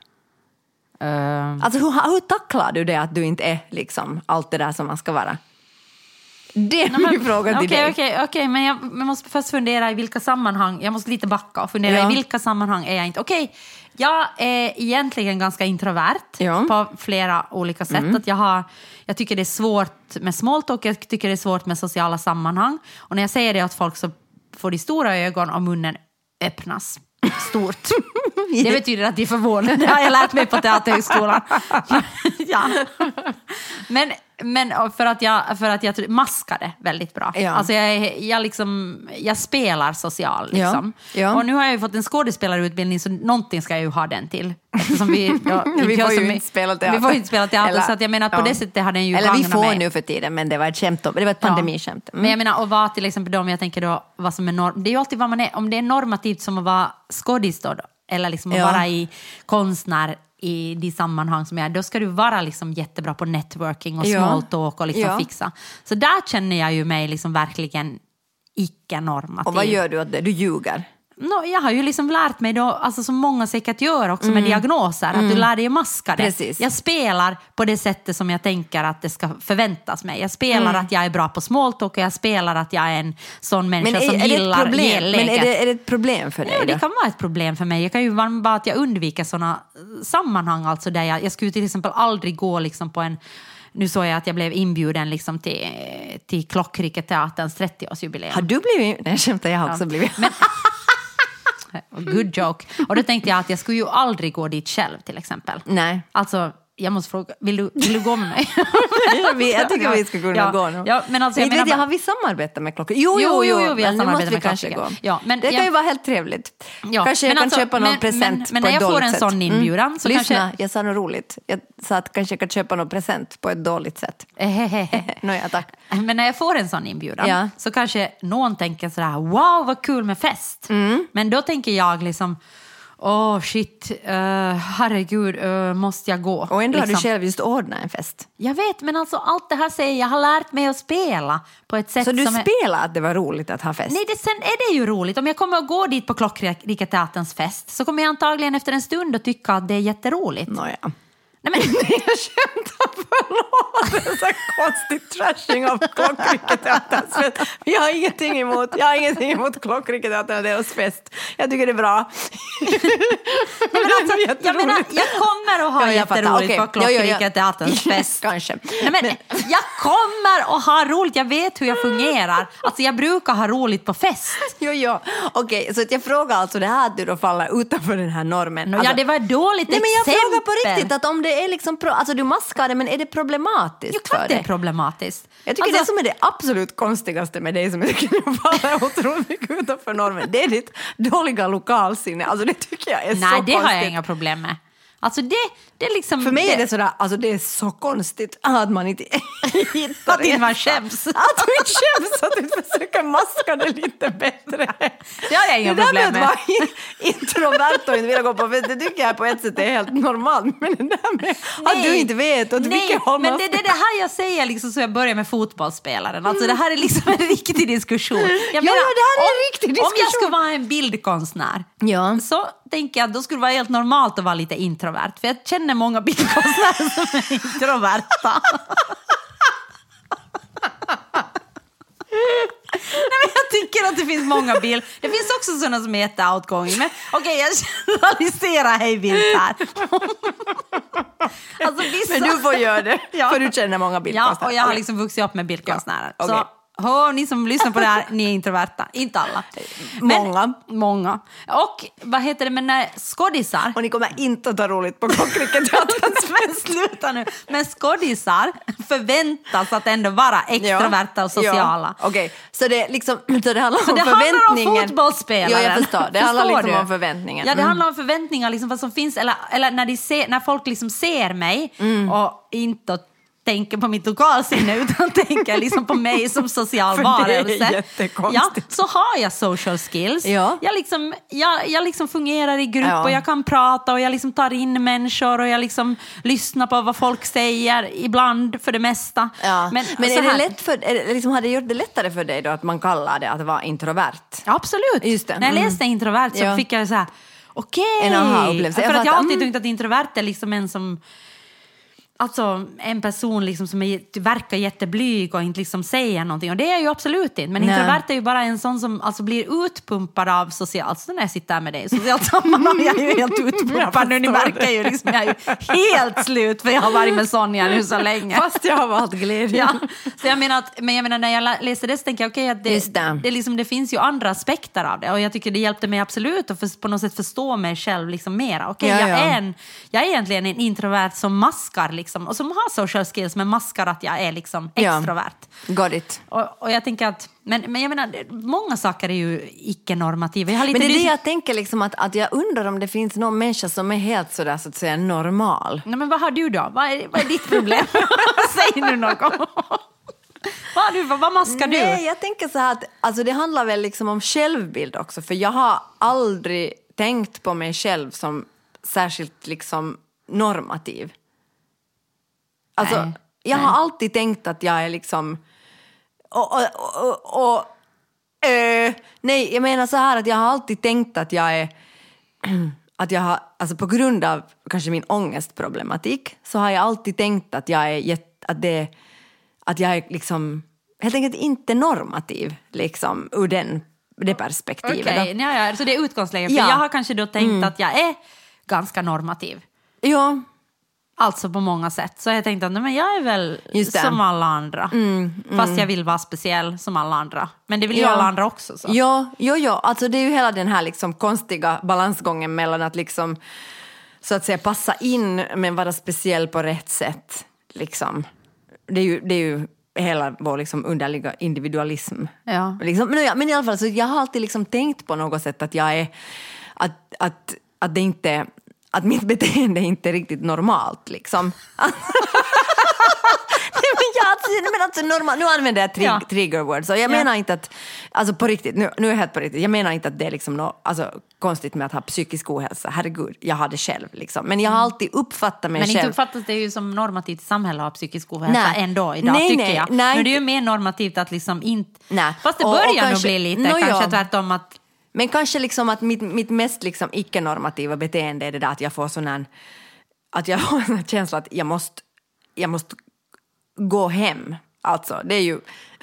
Uh. Alltså hur, hur tacklar du det att du inte är liksom allt det där som man ska vara? Det är no, min fråga till okay, dig. Okej, okay, okay, men jag, jag måste först fundera i vilka sammanhang, jag måste lite backa och fundera ja. i vilka sammanhang är jag inte. Okej, okay, jag är egentligen ganska introvert ja. på flera olika sätt. Mm. Att jag, har, jag tycker det är svårt med small talk, jag tycker det är svårt med sociala sammanhang. Och när jag säger det åt folk så får de stora ögon och munnen öppnas stort. Det betyder att de är förvånade. Det har jag lärt mig på teaterhögskolan. Ja. Men men för att jag, för att jag maskade väldigt bra. Ja. Alltså jag, jag, liksom, jag spelar social. Liksom. Ja. Ja. Och nu har jag ju fått en skådespelarutbildning så någonting ska jag ju ha den till. Eftersom vi, ja, vi får ju som, inte spela teater. Vi får ju inte spela teater Eller, så att jag menar att på ja. det sättet har den ju Eller vi gagnat får mig. nu för tiden, men det var ett skämt om, det var ett pandemiskämt. Mm. Men jag menar, och vara till exempel då, om jag tänker då, vad som är norm, det är ju alltid vad man är, om det är normativt som att vara skådis då, eller liksom att Ja. vara i konstnär i de sammanhang som jag är, då ska du vara liksom jättebra på networking och Ja. small talk och liksom Ja. fixa. Så där känner jag ju mig liksom verkligen icke-normativ. Och vad gör du åt det? Du ljuger. No, jag har ju liksom lärt mig då, alltså som många säkert gör också med diagnoser, att du lär dig att maska det. Precis. Jag spelar på det sättet som jag tänker att det ska förväntas mig. Jag spelar att jag är bra på small talk och jag spelar att jag är en sån människa Men är, som är det ett gillar problem? gelläget. Men är det, är det ett problem för dig Ja, då? det kan vara ett problem för mig. Jag kan ju vara bara att jag undviker såna sammanhang, alltså där jag, jag skulle till exempel aldrig gå liksom på en. Nu såg jag att jag blev inbjuden liksom till, till Klockriketeaterns trettioårsjubileum. Har du blivit... Nej, jag skämtar, jag har också blivit... Men, good joke. Och då tänkte jag att jag skulle ju aldrig gå dit själv till exempel. Nej. Alltså, jag måste fråga, vill du, vill du gå med mig? Vi- jag tycker vi ska kunna ja, gå nu. Ja, men alltså, jag jag menar vet, jag bara- har vi samarbetat med klockor? Jo, Jo, jo, jo, jo, jo, vi har men nu samarbetat måste vi med kanske gå. klockor. Ja, men det kan jag- ju vara helt trevligt. Ja, Kanske jag men kan alltså, köpa någon men- present men- på men när ett jag får dåligt en sätt. sån inbjudan så Lyssna, kanske- jag sa något roligt. Jag sa att kanske jag kan köpa någon present på ett dåligt sätt. Nåja, tack. Men när jag får en sån inbjudan Ja. så kanske någon tänker sådär, wow vad kul med fest. Mm. Men då tänker jag liksom, åh oh, shit, uh, herregud, uh, måste jag gå? Och ändå har liksom. du själv just ordnat en fest. Jag vet, men alltså allt det här säger jag har lärt mig att spela på ett sätt Så du som är... spelar att det var roligt att ha fest? Nej, det, sen är det ju roligt. Om jag kommer att gå dit på Klockriketeaterns fest så kommer jag antagligen efter en stund att tycka att det är jätteroligt. Nåja. Nej, men... Jag skämtar, förlåt. Det är så konstigt trashing av Klockriketeaterns fest. Jag har ingenting emot, jag har ingenting emot Klockriketeatern och deras fest. Jag tycker det är bra. Nej, men alltså, jag menar, jag kommer att ha Ja, jag fattar. jätteroligt Okej. på Ja, ja, ja. Klockriketeaterns fest. Kanske. Nej, men, jag kommer att ha roligt. Jag vet hur jag fungerar. Alltså, jag brukar ha roligt på fest. Jo, jo. Okej, så att jag frågar alltså det här att du då faller utanför den här normen. Ja, Alltså, det var ett dåligt nej, men jag exempel. frågar på riktigt att om det är liksom, pro- alltså du maskar det, men är det problematiskt Jo, för klart det dig? är problematiskt. Jag tycker Alltså- det som är det absolut konstigaste med dig som jag tycker du faller otroligt mycket utanför normen, det är ditt dåliga lokalsinne. Alltså det tycker jag är så Nej, det konstigt. har jag inga problem med. Alltså det, det är liksom... För mig är det sådär, alltså det är så konstigt att man inte hittar Att inte man rätt. skäms. Att du inte skäms, att du försöker maska det lite bättre. Det har jag inga det där problem med. med. Att vara introvert och inte vilja gå på fest, det tycker jag på ett sätt är helt normalt. Men det där med att Nej. du inte vet åt Nej, vilket håll men man det är det, det här jag säger liksom, så jag börjar med fotbollsspelaren. Alltså det här är liksom en riktig diskussion. Jag ja, det här är en om, riktig Om jag diskussion. skulle vara en bildkonstnär Ja. så tänker jag att då skulle det vara helt normalt att vara lite introvert. För jag känner många bildkonstnärer som är introverta. Nej, men jag tycker att det finns många bild. Det finns också sådana som är jätte-outgoing. Men okej, okay, jag generaliserar hej vilt här. Alltså, vissa... Men du får göra det, Ja. för du känner många bildkonstnärer. Ja, och jag har Okej. liksom vuxit upp med bildkonstnärer. Ja, okej. Så hör, ni som lyssnar på det här, ni är introverta. Inte alla. Men, Många. Många. Och vad heter det, men när skådisar... Och ni kommer inte att ta roligt på Klockriketeaterns Men sluta nu. Men skådisar förväntas att ändå vara extroverta och sociala. Ja. Okej, så det, liksom, så det handlar Så om det handlar om förväntningen. fotbollsspelaren. Ja, jag förstår. Det handlar Förstår liksom du? om förväntningen. Ja, det Mm. handlar om förväntningar, liksom vad som finns. Eller, eller när, de ser, när folk liksom ser mig Mm. och inte tänker på mitt lokalsinne utan tänker liksom på mig som social För det är varelse. jättekonstigt. Ja, så har jag social skills. Ja. Jag, liksom, jag, jag liksom fungerar i grupp Ja. och jag kan prata och jag liksom tar in människor och jag liksom lyssnar på vad folk säger ibland för det mesta. Ja. Men, så är det här- lätt för, är det, liksom, har det gjort det lättare för dig då att man kallar det att vara introvert? Ja, absolut. Just det. När jag Mm. läste introvert så Ja. fick jag så här, okej. En aha-upplevelse. För Jag att jag har fattar. alltid Mm. tänkt att introvert är liksom en som... Alltså en person liksom som är, verkar jätteblyg och inte liksom säger någonting. Och det är jag ju absolut inte. Men Nej. introvert är ju bara en sån som alltså blir utpumpad av socialt. Alltså när jag sitter här med dig i socialt sammanhang, jag är ju helt utpumpad nu. Ni märker ju liksom, jag är ju helt slut för jag har varit med Sonja nu så länge. Fast jag har valt glädje. Ja, så jag menar att, men jag menar när jag läste det så tänker jag okej, att det, Just det. det, liksom, det finns ju andra aspekter av det och jag tycker det hjälpte mig absolut att för, på något sätt förstå mig själv liksom mera. Okej, Ja, jag, ja. är en, jag är egentligen en introvert som maskar liksom liksom, och som har social skills men maskar att jag är liksom extrovert. Ja, got it. Och, och jag tänker att, men, men jag menar, många saker är ju icke-normativa. Jag har lite Men det är det lys- jag tänker liksom att, att jag undrar om det finns någon människa som är helt sådär så att säga normal. Nej, men vad har du då? Vad är, vad är ditt problem? Säg nu något. Vad, har du, vad maskar du? Nej, jag tänker så här att alltså det handlar väl liksom om självbild också. För jag har aldrig tänkt på mig själv som särskilt liksom normativ. Alltså, Nej, jag nej. har alltid tänkt att jag är liksom... Och, och, och, och, äh, nej, jag menar så här att jag har alltid tänkt att jag är... Att jag har, alltså på grund av kanske min ångestproblematik så har jag alltid tänkt att jag är jätt, att det att jag är liksom helt enkelt inte normativ liksom ur den, det perspektivet. Okej, okay, ja, ja, så det är utgångsläget. För Ja. jag har kanske då tänkt Mm. att jag är ganska normativ. Ja, Alltså på många sätt. Så jag tänkte att nej, men jag är väl Just det. som alla andra. Mm, Fast jag vill vara speciell som alla andra. Men det vill ju Ja. alla andra också. Så. ja, ja, ja. Alltså det är ju hela den här liksom konstiga balansgången mellan att liksom så att säga passa in men vara speciell på rätt sätt. Liksom. Det är ju, det är ju hela vår liksom underliga individualism. Ja. Liksom, men, ja, men i alla fall så jag har alltid liksom tänkt på något sätt att jag är att, att, att det inte att mitt beteende inte är riktigt normalt liksom. Nej, men jag, alltså, nej, men alltså, normal, nu använder jag trig, Ja. trigger words och jag Ja. menar inte att alltså på riktigt, nu, nu är jag helt på riktigt, jag menar inte att det är liksom no, alltså, konstigt med att ha psykisk ohälsa, herregud, jag har det själv liksom. Men jag har alltid uppfattat mig Men inte själv. uppfattas det ju som normativt i samhället att ha psykisk ohälsa Nej. ändå idag, Nej, tycker nej, jag. nej, Men det är ju inte- mer normativt att liksom inte... Nej. Fast det Och- och börjar nog kanske- bli lite, Nå, kanske ja. tvärtom att... Men kanske liksom att mitt, mitt mest liksom icke-normativa beteende är det där att jag får sån här, att jag har en känsla att jag måste, jag måste gå hem. Alltså, det är ju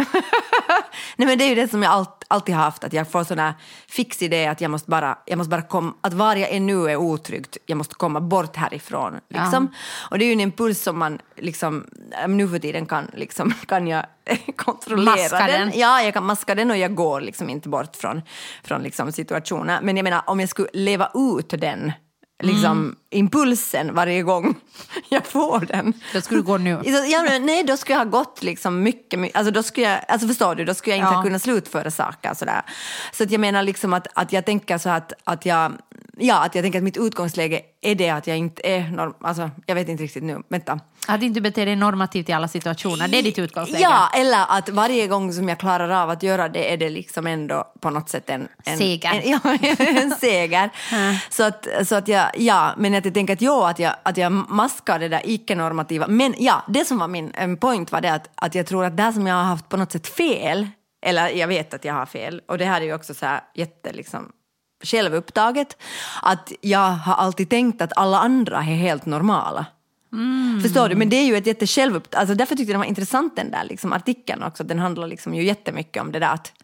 nej, men det är ju det som jag allt, alltid har haft, att jag får sån här fix idé att jag måste bara, jag måste bara komma, att var jag är nu är otryggt, jag måste komma bort härifrån liksom. Och det är ju en impuls som man liksom nu för tiden kan liksom, kan jag kontrollera Maska den. den. Ja, jag kan maska den och jag går liksom inte bort från, från liksom situationen. Men jag menar, om jag skulle leva ut den liksom Mm. impulsen varje gång jag får den. Då skulle du gå nu. Så, ja, men, nej, då skulle jag ha gått liksom mycket, mycket alltså då skulle jag, alltså förstår du, då skulle jag inte Ja. ha kunnat slutföra saker sådär. Så att jag menar liksom att, att jag tänker så att, att jag, ja, att jag tänker att mitt utgångsläge är det att jag inte är norm, alltså jag vet inte riktigt nu, vänta. Att inte bete dig normativt i alla situationer, det är ditt utgångsläge. Ja, eller att varje gång som jag klarar av att göra det är det liksom ändå på något sätt en... en Seger. En, ja, en seger. Så att, så att jag, ja, men att jag tänker att jo, att jag, att jag maskar det där icke-normativa. Men ja, det som var min en point var det att, att jag tror att det här som jag har haft på något sätt fel, eller jag vet att jag har fel, och det här är ju också så här jätte liksom självupptaget, att jag har alltid tänkt att alla andra är helt normala. Mm. Förstår du? Men det är ju ett jättesjälvupp... Alltså därför tyckte jag det var intressant den där liksom, artikeln också. Den handlar liksom ju jättemycket om det där att,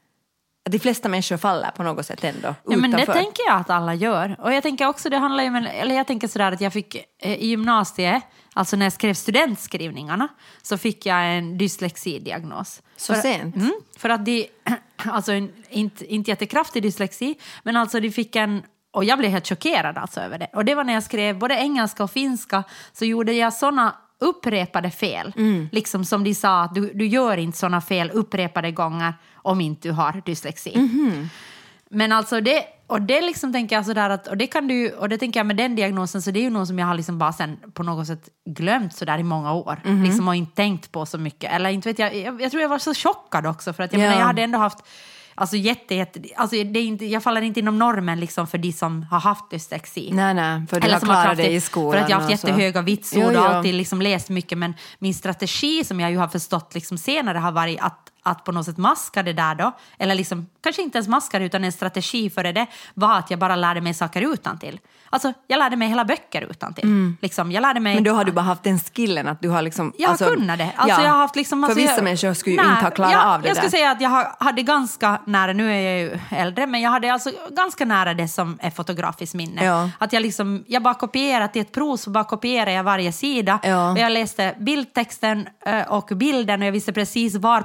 att de flesta människor faller på något sätt ändå Ja, men det utanför. tänker jag att alla gör. Och jag tänker också, det handlar ju om, eller jag tänker sådär att jag fick eh, i gymnasiet, alltså när jag skrev studentskrivningarna, så fick jag en dyslexidiagnos. Så för, sent? Mm, för att de, alltså en, inte, inte jättekraftig dyslexi, men alltså de fick en, och jag blev helt chockerad alltså över det. Och det var när jag skrev både engelska och finska, så gjorde jag såna upprepade fel. Mm. Liksom som de sa, att du, du gör inte såna fel upprepade gånger om inte du har dyslexi. Mm-hmm. Men alltså det, och det liksom tänker jag sådär att, och det kan du, och det tänker jag med den diagnosen, så det är ju något som jag har liksom bara sen på något sätt glömt sådär i många år. Mm-hmm. Liksom och inte tänkt på så mycket. Eller inte vet jag, jag, jag tror jag var så chockad också, för att jag Ja. menar, jag hade ändå haft alltså jätte, jätte alltså det är inte, jag faller inte inom normen liksom för de som har haft dyslexi. Nej, nej, för du Eller har som har klarat haft dig det- i skolan. För att jag har haft och så. jättehöga vitsord Jo, jo. och alltid liksom läst mycket. Men min strategi som jag ju har förstått liksom senare har varit att, att på något sätt maska det där då. Eller liksom, kanske inte ens maska det, utan en strategi för det var att jag bara lärde mig saker utantill. Alltså jag lärde mig hela böcker utantill. Mm. Liksom, jag lärde mig... Men då har du bara haft den skillen att du har liksom... Jag har kunnat det. Alltså, ja, jag har haft liksom, alltså, för vissa jag, människor skulle ju nej, inte ha klarat jag, av det Jag där. skulle säga att jag har, hade ganska nära, nu är jag ju äldre, men jag hade alltså ganska nära det som är fotografiskt minne. Ja. Att jag liksom, jag bara kopierat i ett prov, så bara kopierade jag varje sida. Ja. Och jag läste bildtexten eh, och bilden, och jag visste precis var på sidan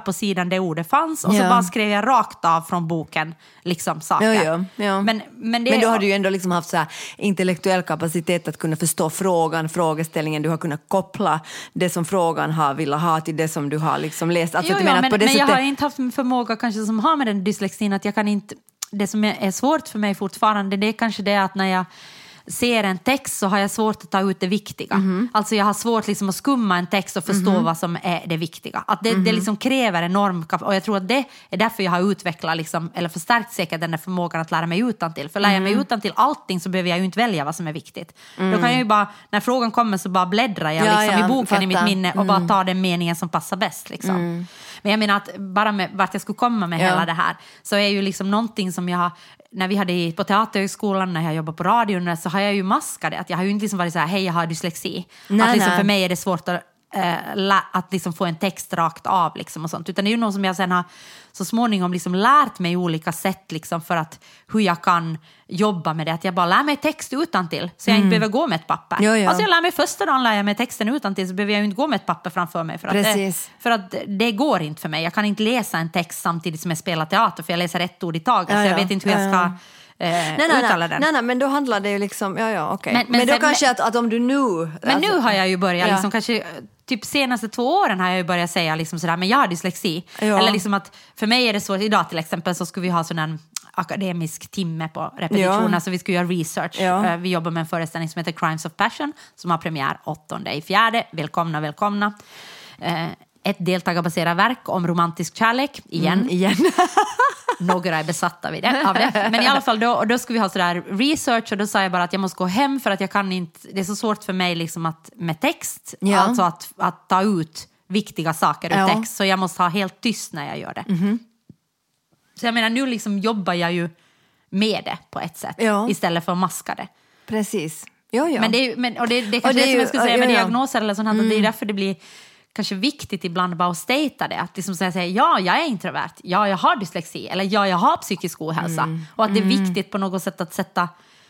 innan det ordet fanns och Ja. så bara skrev jag rakt av från boken liksom saker. Ja, ja, ja. Men, men, det, Men då har du ju ändå liksom haft så här intellektuell kapacitet att kunna förstå frågan, frågeställningen. Du har kunnat koppla det som frågan har velat ha till det som du har liksom läst. Alltså, jo, du jo, menar men, på det men jag sättet... har inte haft en förmåga kanske som har med den dyslexin att jag kan inte, det som är svårt för mig fortfarande, det är kanske det att när jag ser en text så har jag svårt att ta ut det viktiga. Mm. Alltså jag har svårt liksom att skumma en text och förstå mm. vad som är det viktiga. Att det, mm. det liksom kräver enorm kap- och jag tror att det är därför jag har utvecklat liksom, eller förstärkt säkert den där förmågan att lära mig utantill. För lär jag mig Mm. utantill allting så behöver jag ju inte välja vad som är viktigt. Mm. Då kan jag ju bara, när frågan kommer så bara bläddrar jag Ja, liksom, ja, i boken fattar. i mitt minne och Mm. bara tar den meningen som passar bäst liksom. Mm. Men jag menar att bara med vart jag skulle komma med Ja. hela det här så är ju liksom någonting som jag har, när vi hade på teaterhögskolan, när jag jobbade på radion, så har jag ju maskat det. Att jag har ju inte liksom varit så här, hej jag har dyslexi. Nej, att liksom nej. för mig är det svårt att, äh, la, att liksom få en text rakt av liksom och sånt. Utan det är ju något som jag sen har så småningom liksom lärt mig olika sätt liksom för att hur jag kan jobba med det. Att jag bara lär mig text utantill så jag mm. inte behöver gå med ett papper. Jo, jo. Alltså jag lär mig första dagen lär jag mig texten utantill så behöver jag ju inte gå med ett papper framför mig. För att, det, för att det går inte för mig. Jag kan inte läsa en text samtidigt som jag spelar teater för jag läser ett ord i taget. Ja, så jag ja. vet inte hur jag ska... Eh, nej, nej, uttala nej. den. nej, nej, men då handlar det ju liksom, ja, ja, okej. Men- Men, men då sen- kanske men- att, att om du nu... Men alltså, nu har jag ju börjat, Ja. liksom, kanske typ senaste två åren har jag ju börjat säga liksom sådär, men jag har dyslexi. Ja. Eller liksom att för mig är det så, idag till exempel så ska vi ha sån en akademisk timme på repetition, Ja. alltså vi ska göra research. Ja. Eh, Vi jobbar med en föreställning som heter Crimes of Passion som har premiär åttonde i fjärde. Välkomna, välkomna. Eh, Ett deltagarbaserat verk om romantisk kärlek, igen. Mm, igen. Några är besatta vid det, av det. Men i alla fall då, då ska vi ha sådär research och då sa jag bara att jag måste gå hem för att jag kan inte, det är så svårt för mig liksom att, med text, Ja. alltså att, att ta ut viktiga saker ur Ja. text, så jag måste ha helt tyst när jag gör det. Mm-hmm. Så jag menar, nu liksom jobbar jag ju med det på ett sätt, Ja. istället för att maska det. Precis. Jo, ja. Men det, är, ju- men, och det, det är kanske Och det det, är som ju- jag skulle säga ja, med ja. diagnoser eller sånt här, att det är därför det blir kanske viktigt ibland bara att stata det. Att liksom säga, säga, ja, jag är introvert. Ja, jag har dyslexi. Eller ja, jag har psykisk ohälsa. Mm. Och att det är viktigt på något sätt att sätta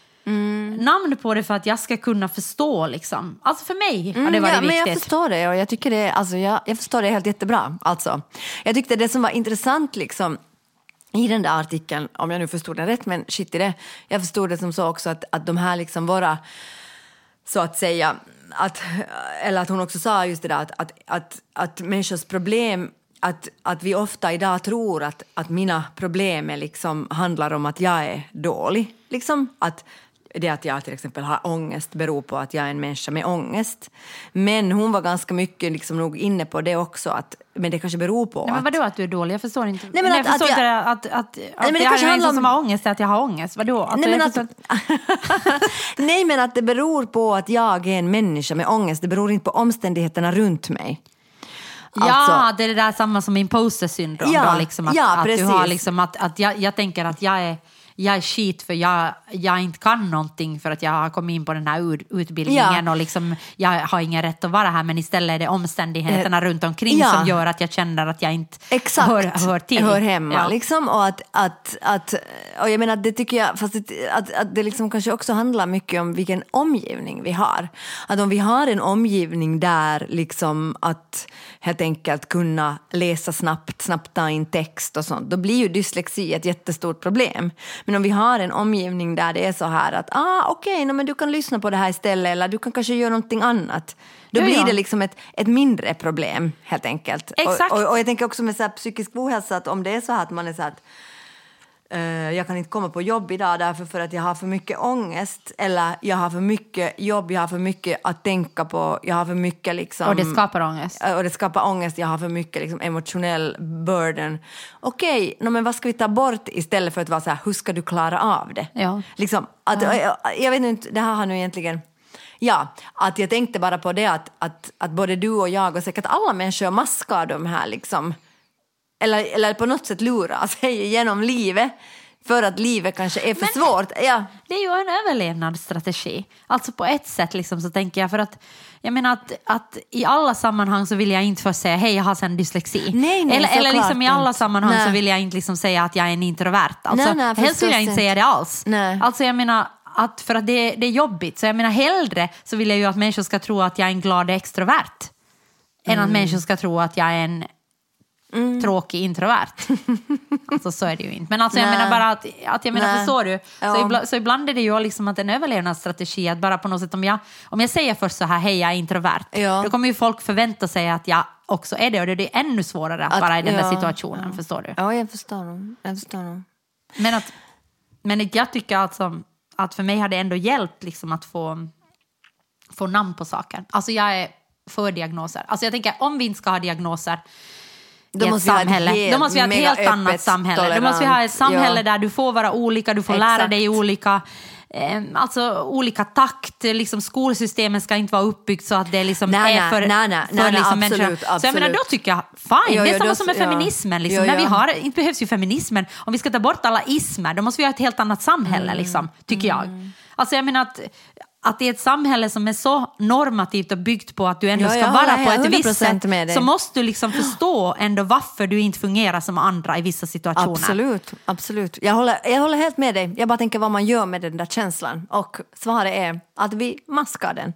namn på det för att jag ska kunna förstå. Liksom. Alltså för mig har det varit ja, men viktigt. jag förstår det och jag tycker det, alltså, jag, jag förstår det helt jättebra. Alltså. Jag tyckte det som var intressant liksom, i den där artikeln, om jag nu förstod det rätt, men shit i det, jag förstod det som så också att, att de här liksom våra, så att säga, att, eller att hon också sa just det där att, att, att, att människors problem, att, att vi ofta idag tror att, att mina problem är liksom, handlar om att jag är dålig. Liksom, att det att jag till exempel har ångest beror på att jag är en människa med ångest. Men hon var ganska mycket liksom nog inne på det också, att, men det kanske beror på Nej, men att... vadå att du är dålig? Jag förstår inte. Nej, men Nej, att- jag förstår att inte jag- att, att, att, men att det jag kanske är handlar en om- som har ångest, att jag har ångest. Vadå? Alltså, Nej, men jag att, förstår- nej, men att det beror på att jag är en människa med ångest. Det beror inte på omständigheterna runt mig. Ja, Alltså- det är det där samma som imposter syndrom. Ja, då, liksom, att, ja, att du har precis. liksom, att, att jag, jag tänker att jag är, jag är skit för jag, jag inte kan någonting för att jag har kommit in på den här ut, utbildningen Ja. och liksom, jag har ingen rätt att vara här, men istället är det omständigheterna Eh, runt omkring ja. som gör att jag känner att jag inte Exakt, hör, hör till. hör hemma Ja. liksom, och att, att, att och jag menar det tycker jag, fast det, att, att det liksom kanske också handlar mycket om vilken omgivning vi har. Att om vi har en omgivning där liksom att helt enkelt kunna läsa snabbt, snabbt ta in text och sånt, då blir ju dyslexi ett jättestort problem. Men om vi har en omgivning där det är så här att ah, okej, okay, no, men du kan lyssna på det här istället eller du kan kanske göra någonting annat. Då Ja, blir ja. det liksom ett, ett mindre problem helt enkelt. Exakt. Och, och, och jag tänker också med så här psykisk ohälsa att om det är så här att man är så här att eh, jag kan inte komma på jobb idag därför för att jag har för mycket ångest eller jag har för mycket jobb, jag har för mycket att tänka på, jag har för mycket liksom... Och det skapar ångest. Och det skapar ångest, jag har för mycket liksom, emotionell burden. Okej, no, men vad ska vi ta bort istället för att vara så här, hur ska du klara av det? Ja. Liksom, att, jag, jag vet inte, det här har nu egentligen... Ja, att jag tänkte bara på det att, att, att både du och jag och säkert alla människor maskar de här liksom, eller, eller på något sätt lurar sig genom livet för att livet kanske är för Men- svårt. Ja. Det är ju en överlevnadsstrategi. Alltså på ett sätt liksom, så tänker jag, för att jag menar att, att i alla sammanhang så vill jag inte först säga hej, jag har sen dyslexi. Nej, nej, eller eller såklart liksom i alla inte. sammanhang Nej. så vill jag inte liksom säga att jag är en introvert. Alltså, Nej, nej, helst vill förstås jag inte inte. säga det alls. Nej. Alltså jag menar att för att det, det är jobbigt. Så jag menar hellre så vill jag ju att människor ska tro att jag är en glad extrovert. Än att människor ska tro att jag är en mm. tråkig introvert. Alltså så är det ju inte. Men alltså jag Nej. menar bara att, att jag menar, Nej. förstår du? Ja. Så, ibland, så ibland är det ju liksom att en överlevnadsstrategi att bara på något sätt om jag, om jag säger först så här, hej jag är introvert. Ja. Då kommer ju folk förvänta sig att jag också är det och det är ännu svårare att, Att- vara i den ja, där situationen, ja. förstår du? Ja, jag förstår nog. Jag förstår nog. Men, att, men jag tycker alltså att för mig har det ändå hjälpt liksom att få, få namn på saker. Alltså jag är för diagnoser. Alltså jag tänker om vi inte ska ha diagnoser Då i ett måste vi ha ett samhälle, helt- då måste vi ha ett mega helt annat öppet, samhälle. Då måste vi ha ett tolerant, samhälle ja. där du får vara olika, du får lära Exakt. dig olika, eh, alltså olika takt. Liksom skolsystemet ska inte vara uppbyggt så att det liksom Nej, är nej, för, nej, nej, för nej, liksom absolut, människor. Så jag menar, absolut. då tycker jag, fine, Jo, det är jo, samma då- som med ja. feminismen. Liksom. Jo, När vi ja. har, inte behövs ju feminismen. Om vi ska ta bort alla ismer, då måste vi ha ett helt annat samhälle, Mm. liksom, tycker jag. Alltså jag menar att att det är ett samhälle som är så normativt och byggt på att du ändå Ja, ska jag vara håller- på jag är ett hundra visst procent sätt, med dig. så måste du liksom förstå ändå varför du inte fungerar som andra i vissa situationer. Absolut, absolut. Jag håller, jag håller helt med dig. Jag bara tänker vad man gör med den där känslan. Och svaret är att vi maskar den.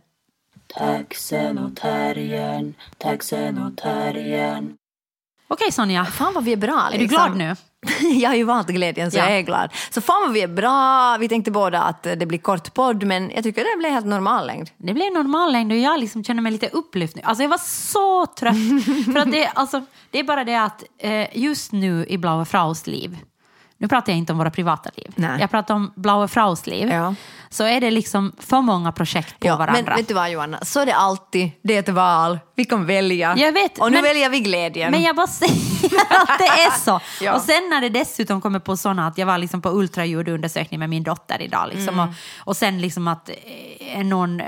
Taxen och terriern, taxen och terriern. Okej Sonja, Fan vad vi är bra. är du liksom. glad nu? Jag har ju valt glädjen så Ja. jag är glad. Så fan vad vi är bra. Vi tänkte båda att det blir kort podd, men jag tycker det blir helt normal längd. Det blev normal längd och jag liksom känner mig lite upplyft nu. Alltså jag var så trött. För att det, alltså, det är bara det att eh, just nu i Blaue Fraus liv, nu pratar jag inte om våra privata liv. Nej. Jag pratar om Blaue Fraus liv. Ja. Så är det liksom för många projekt på Ja, varandra. men vet du vad Johanna, så är det alltid. Det är ett val. Vi kan välja. Jag vet, och nu men- väljer vi glädjen. Men jag bara säger att det är så. Ja. Och sen när det dessutom kommer på sådana att jag var liksom på ultraljudundersökning med min dotter idag. Liksom, Mm. och, och sen liksom att eh, någon eh,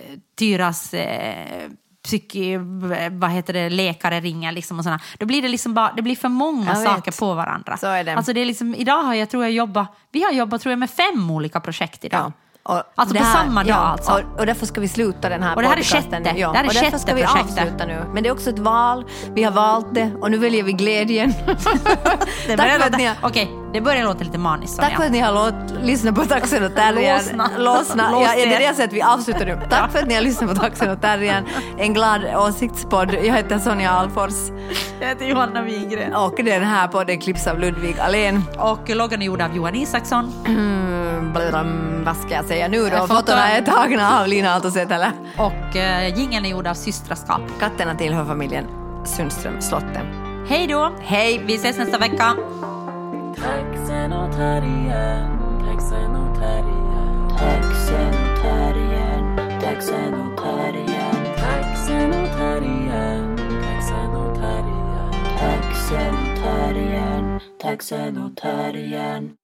Tyras eh, psyki, vad heter det, läkare ringer liksom och sådana. Då blir det liksom bara, det blir för många Jag vet. saker på varandra. Så är det. Alltså det är liksom, idag har jag tror jag jobbat, vi har jobbat tror jag med fem olika projekt idag. Ja. Och Alltså det på här- samma dag ja, alltså. Och, och därför ska vi sluta den här Och det här är podcasten. sjätte. Ja, Det här är och därför sjätte ska vi projektet. avsluta nu. Men det är också ett val. Vi har valt det och nu väljer vi glädjen. Det Tack börjar för att låta- ni har- Okej, det börjar låta lite maniskt. Tack för att ni har låt, lyssnat på Taxen och Terriern. Låsna. Låsna. Lås Ja, det er. är det sättet vi avslutar nu. Tack för att ni har lyssnat på Taxen och Terriern. En glad åsiktspodd. Jag heter Sonja Alfors. Jag heter Johanna Wigren. Och den här podden klipps av Ludvig Alén. Och loggan är gjord av Johan Isaksson. Mm, bladam, vad ska jag säga nu då? Foto- Fotona är tagna av Lina Aaltosetälä. Och uh, jingeln är gjord av Systraskap. Katterna tillhör familjen Sundström Slotte. Hej då! Hej! Vi ses nästa vecka. Taxen och terriern, taxen och terriern. Taxen och terriern, taxen och terriern. Taxen och terriern, taxen och terriern. Taxen och terriern, taxen och terriern.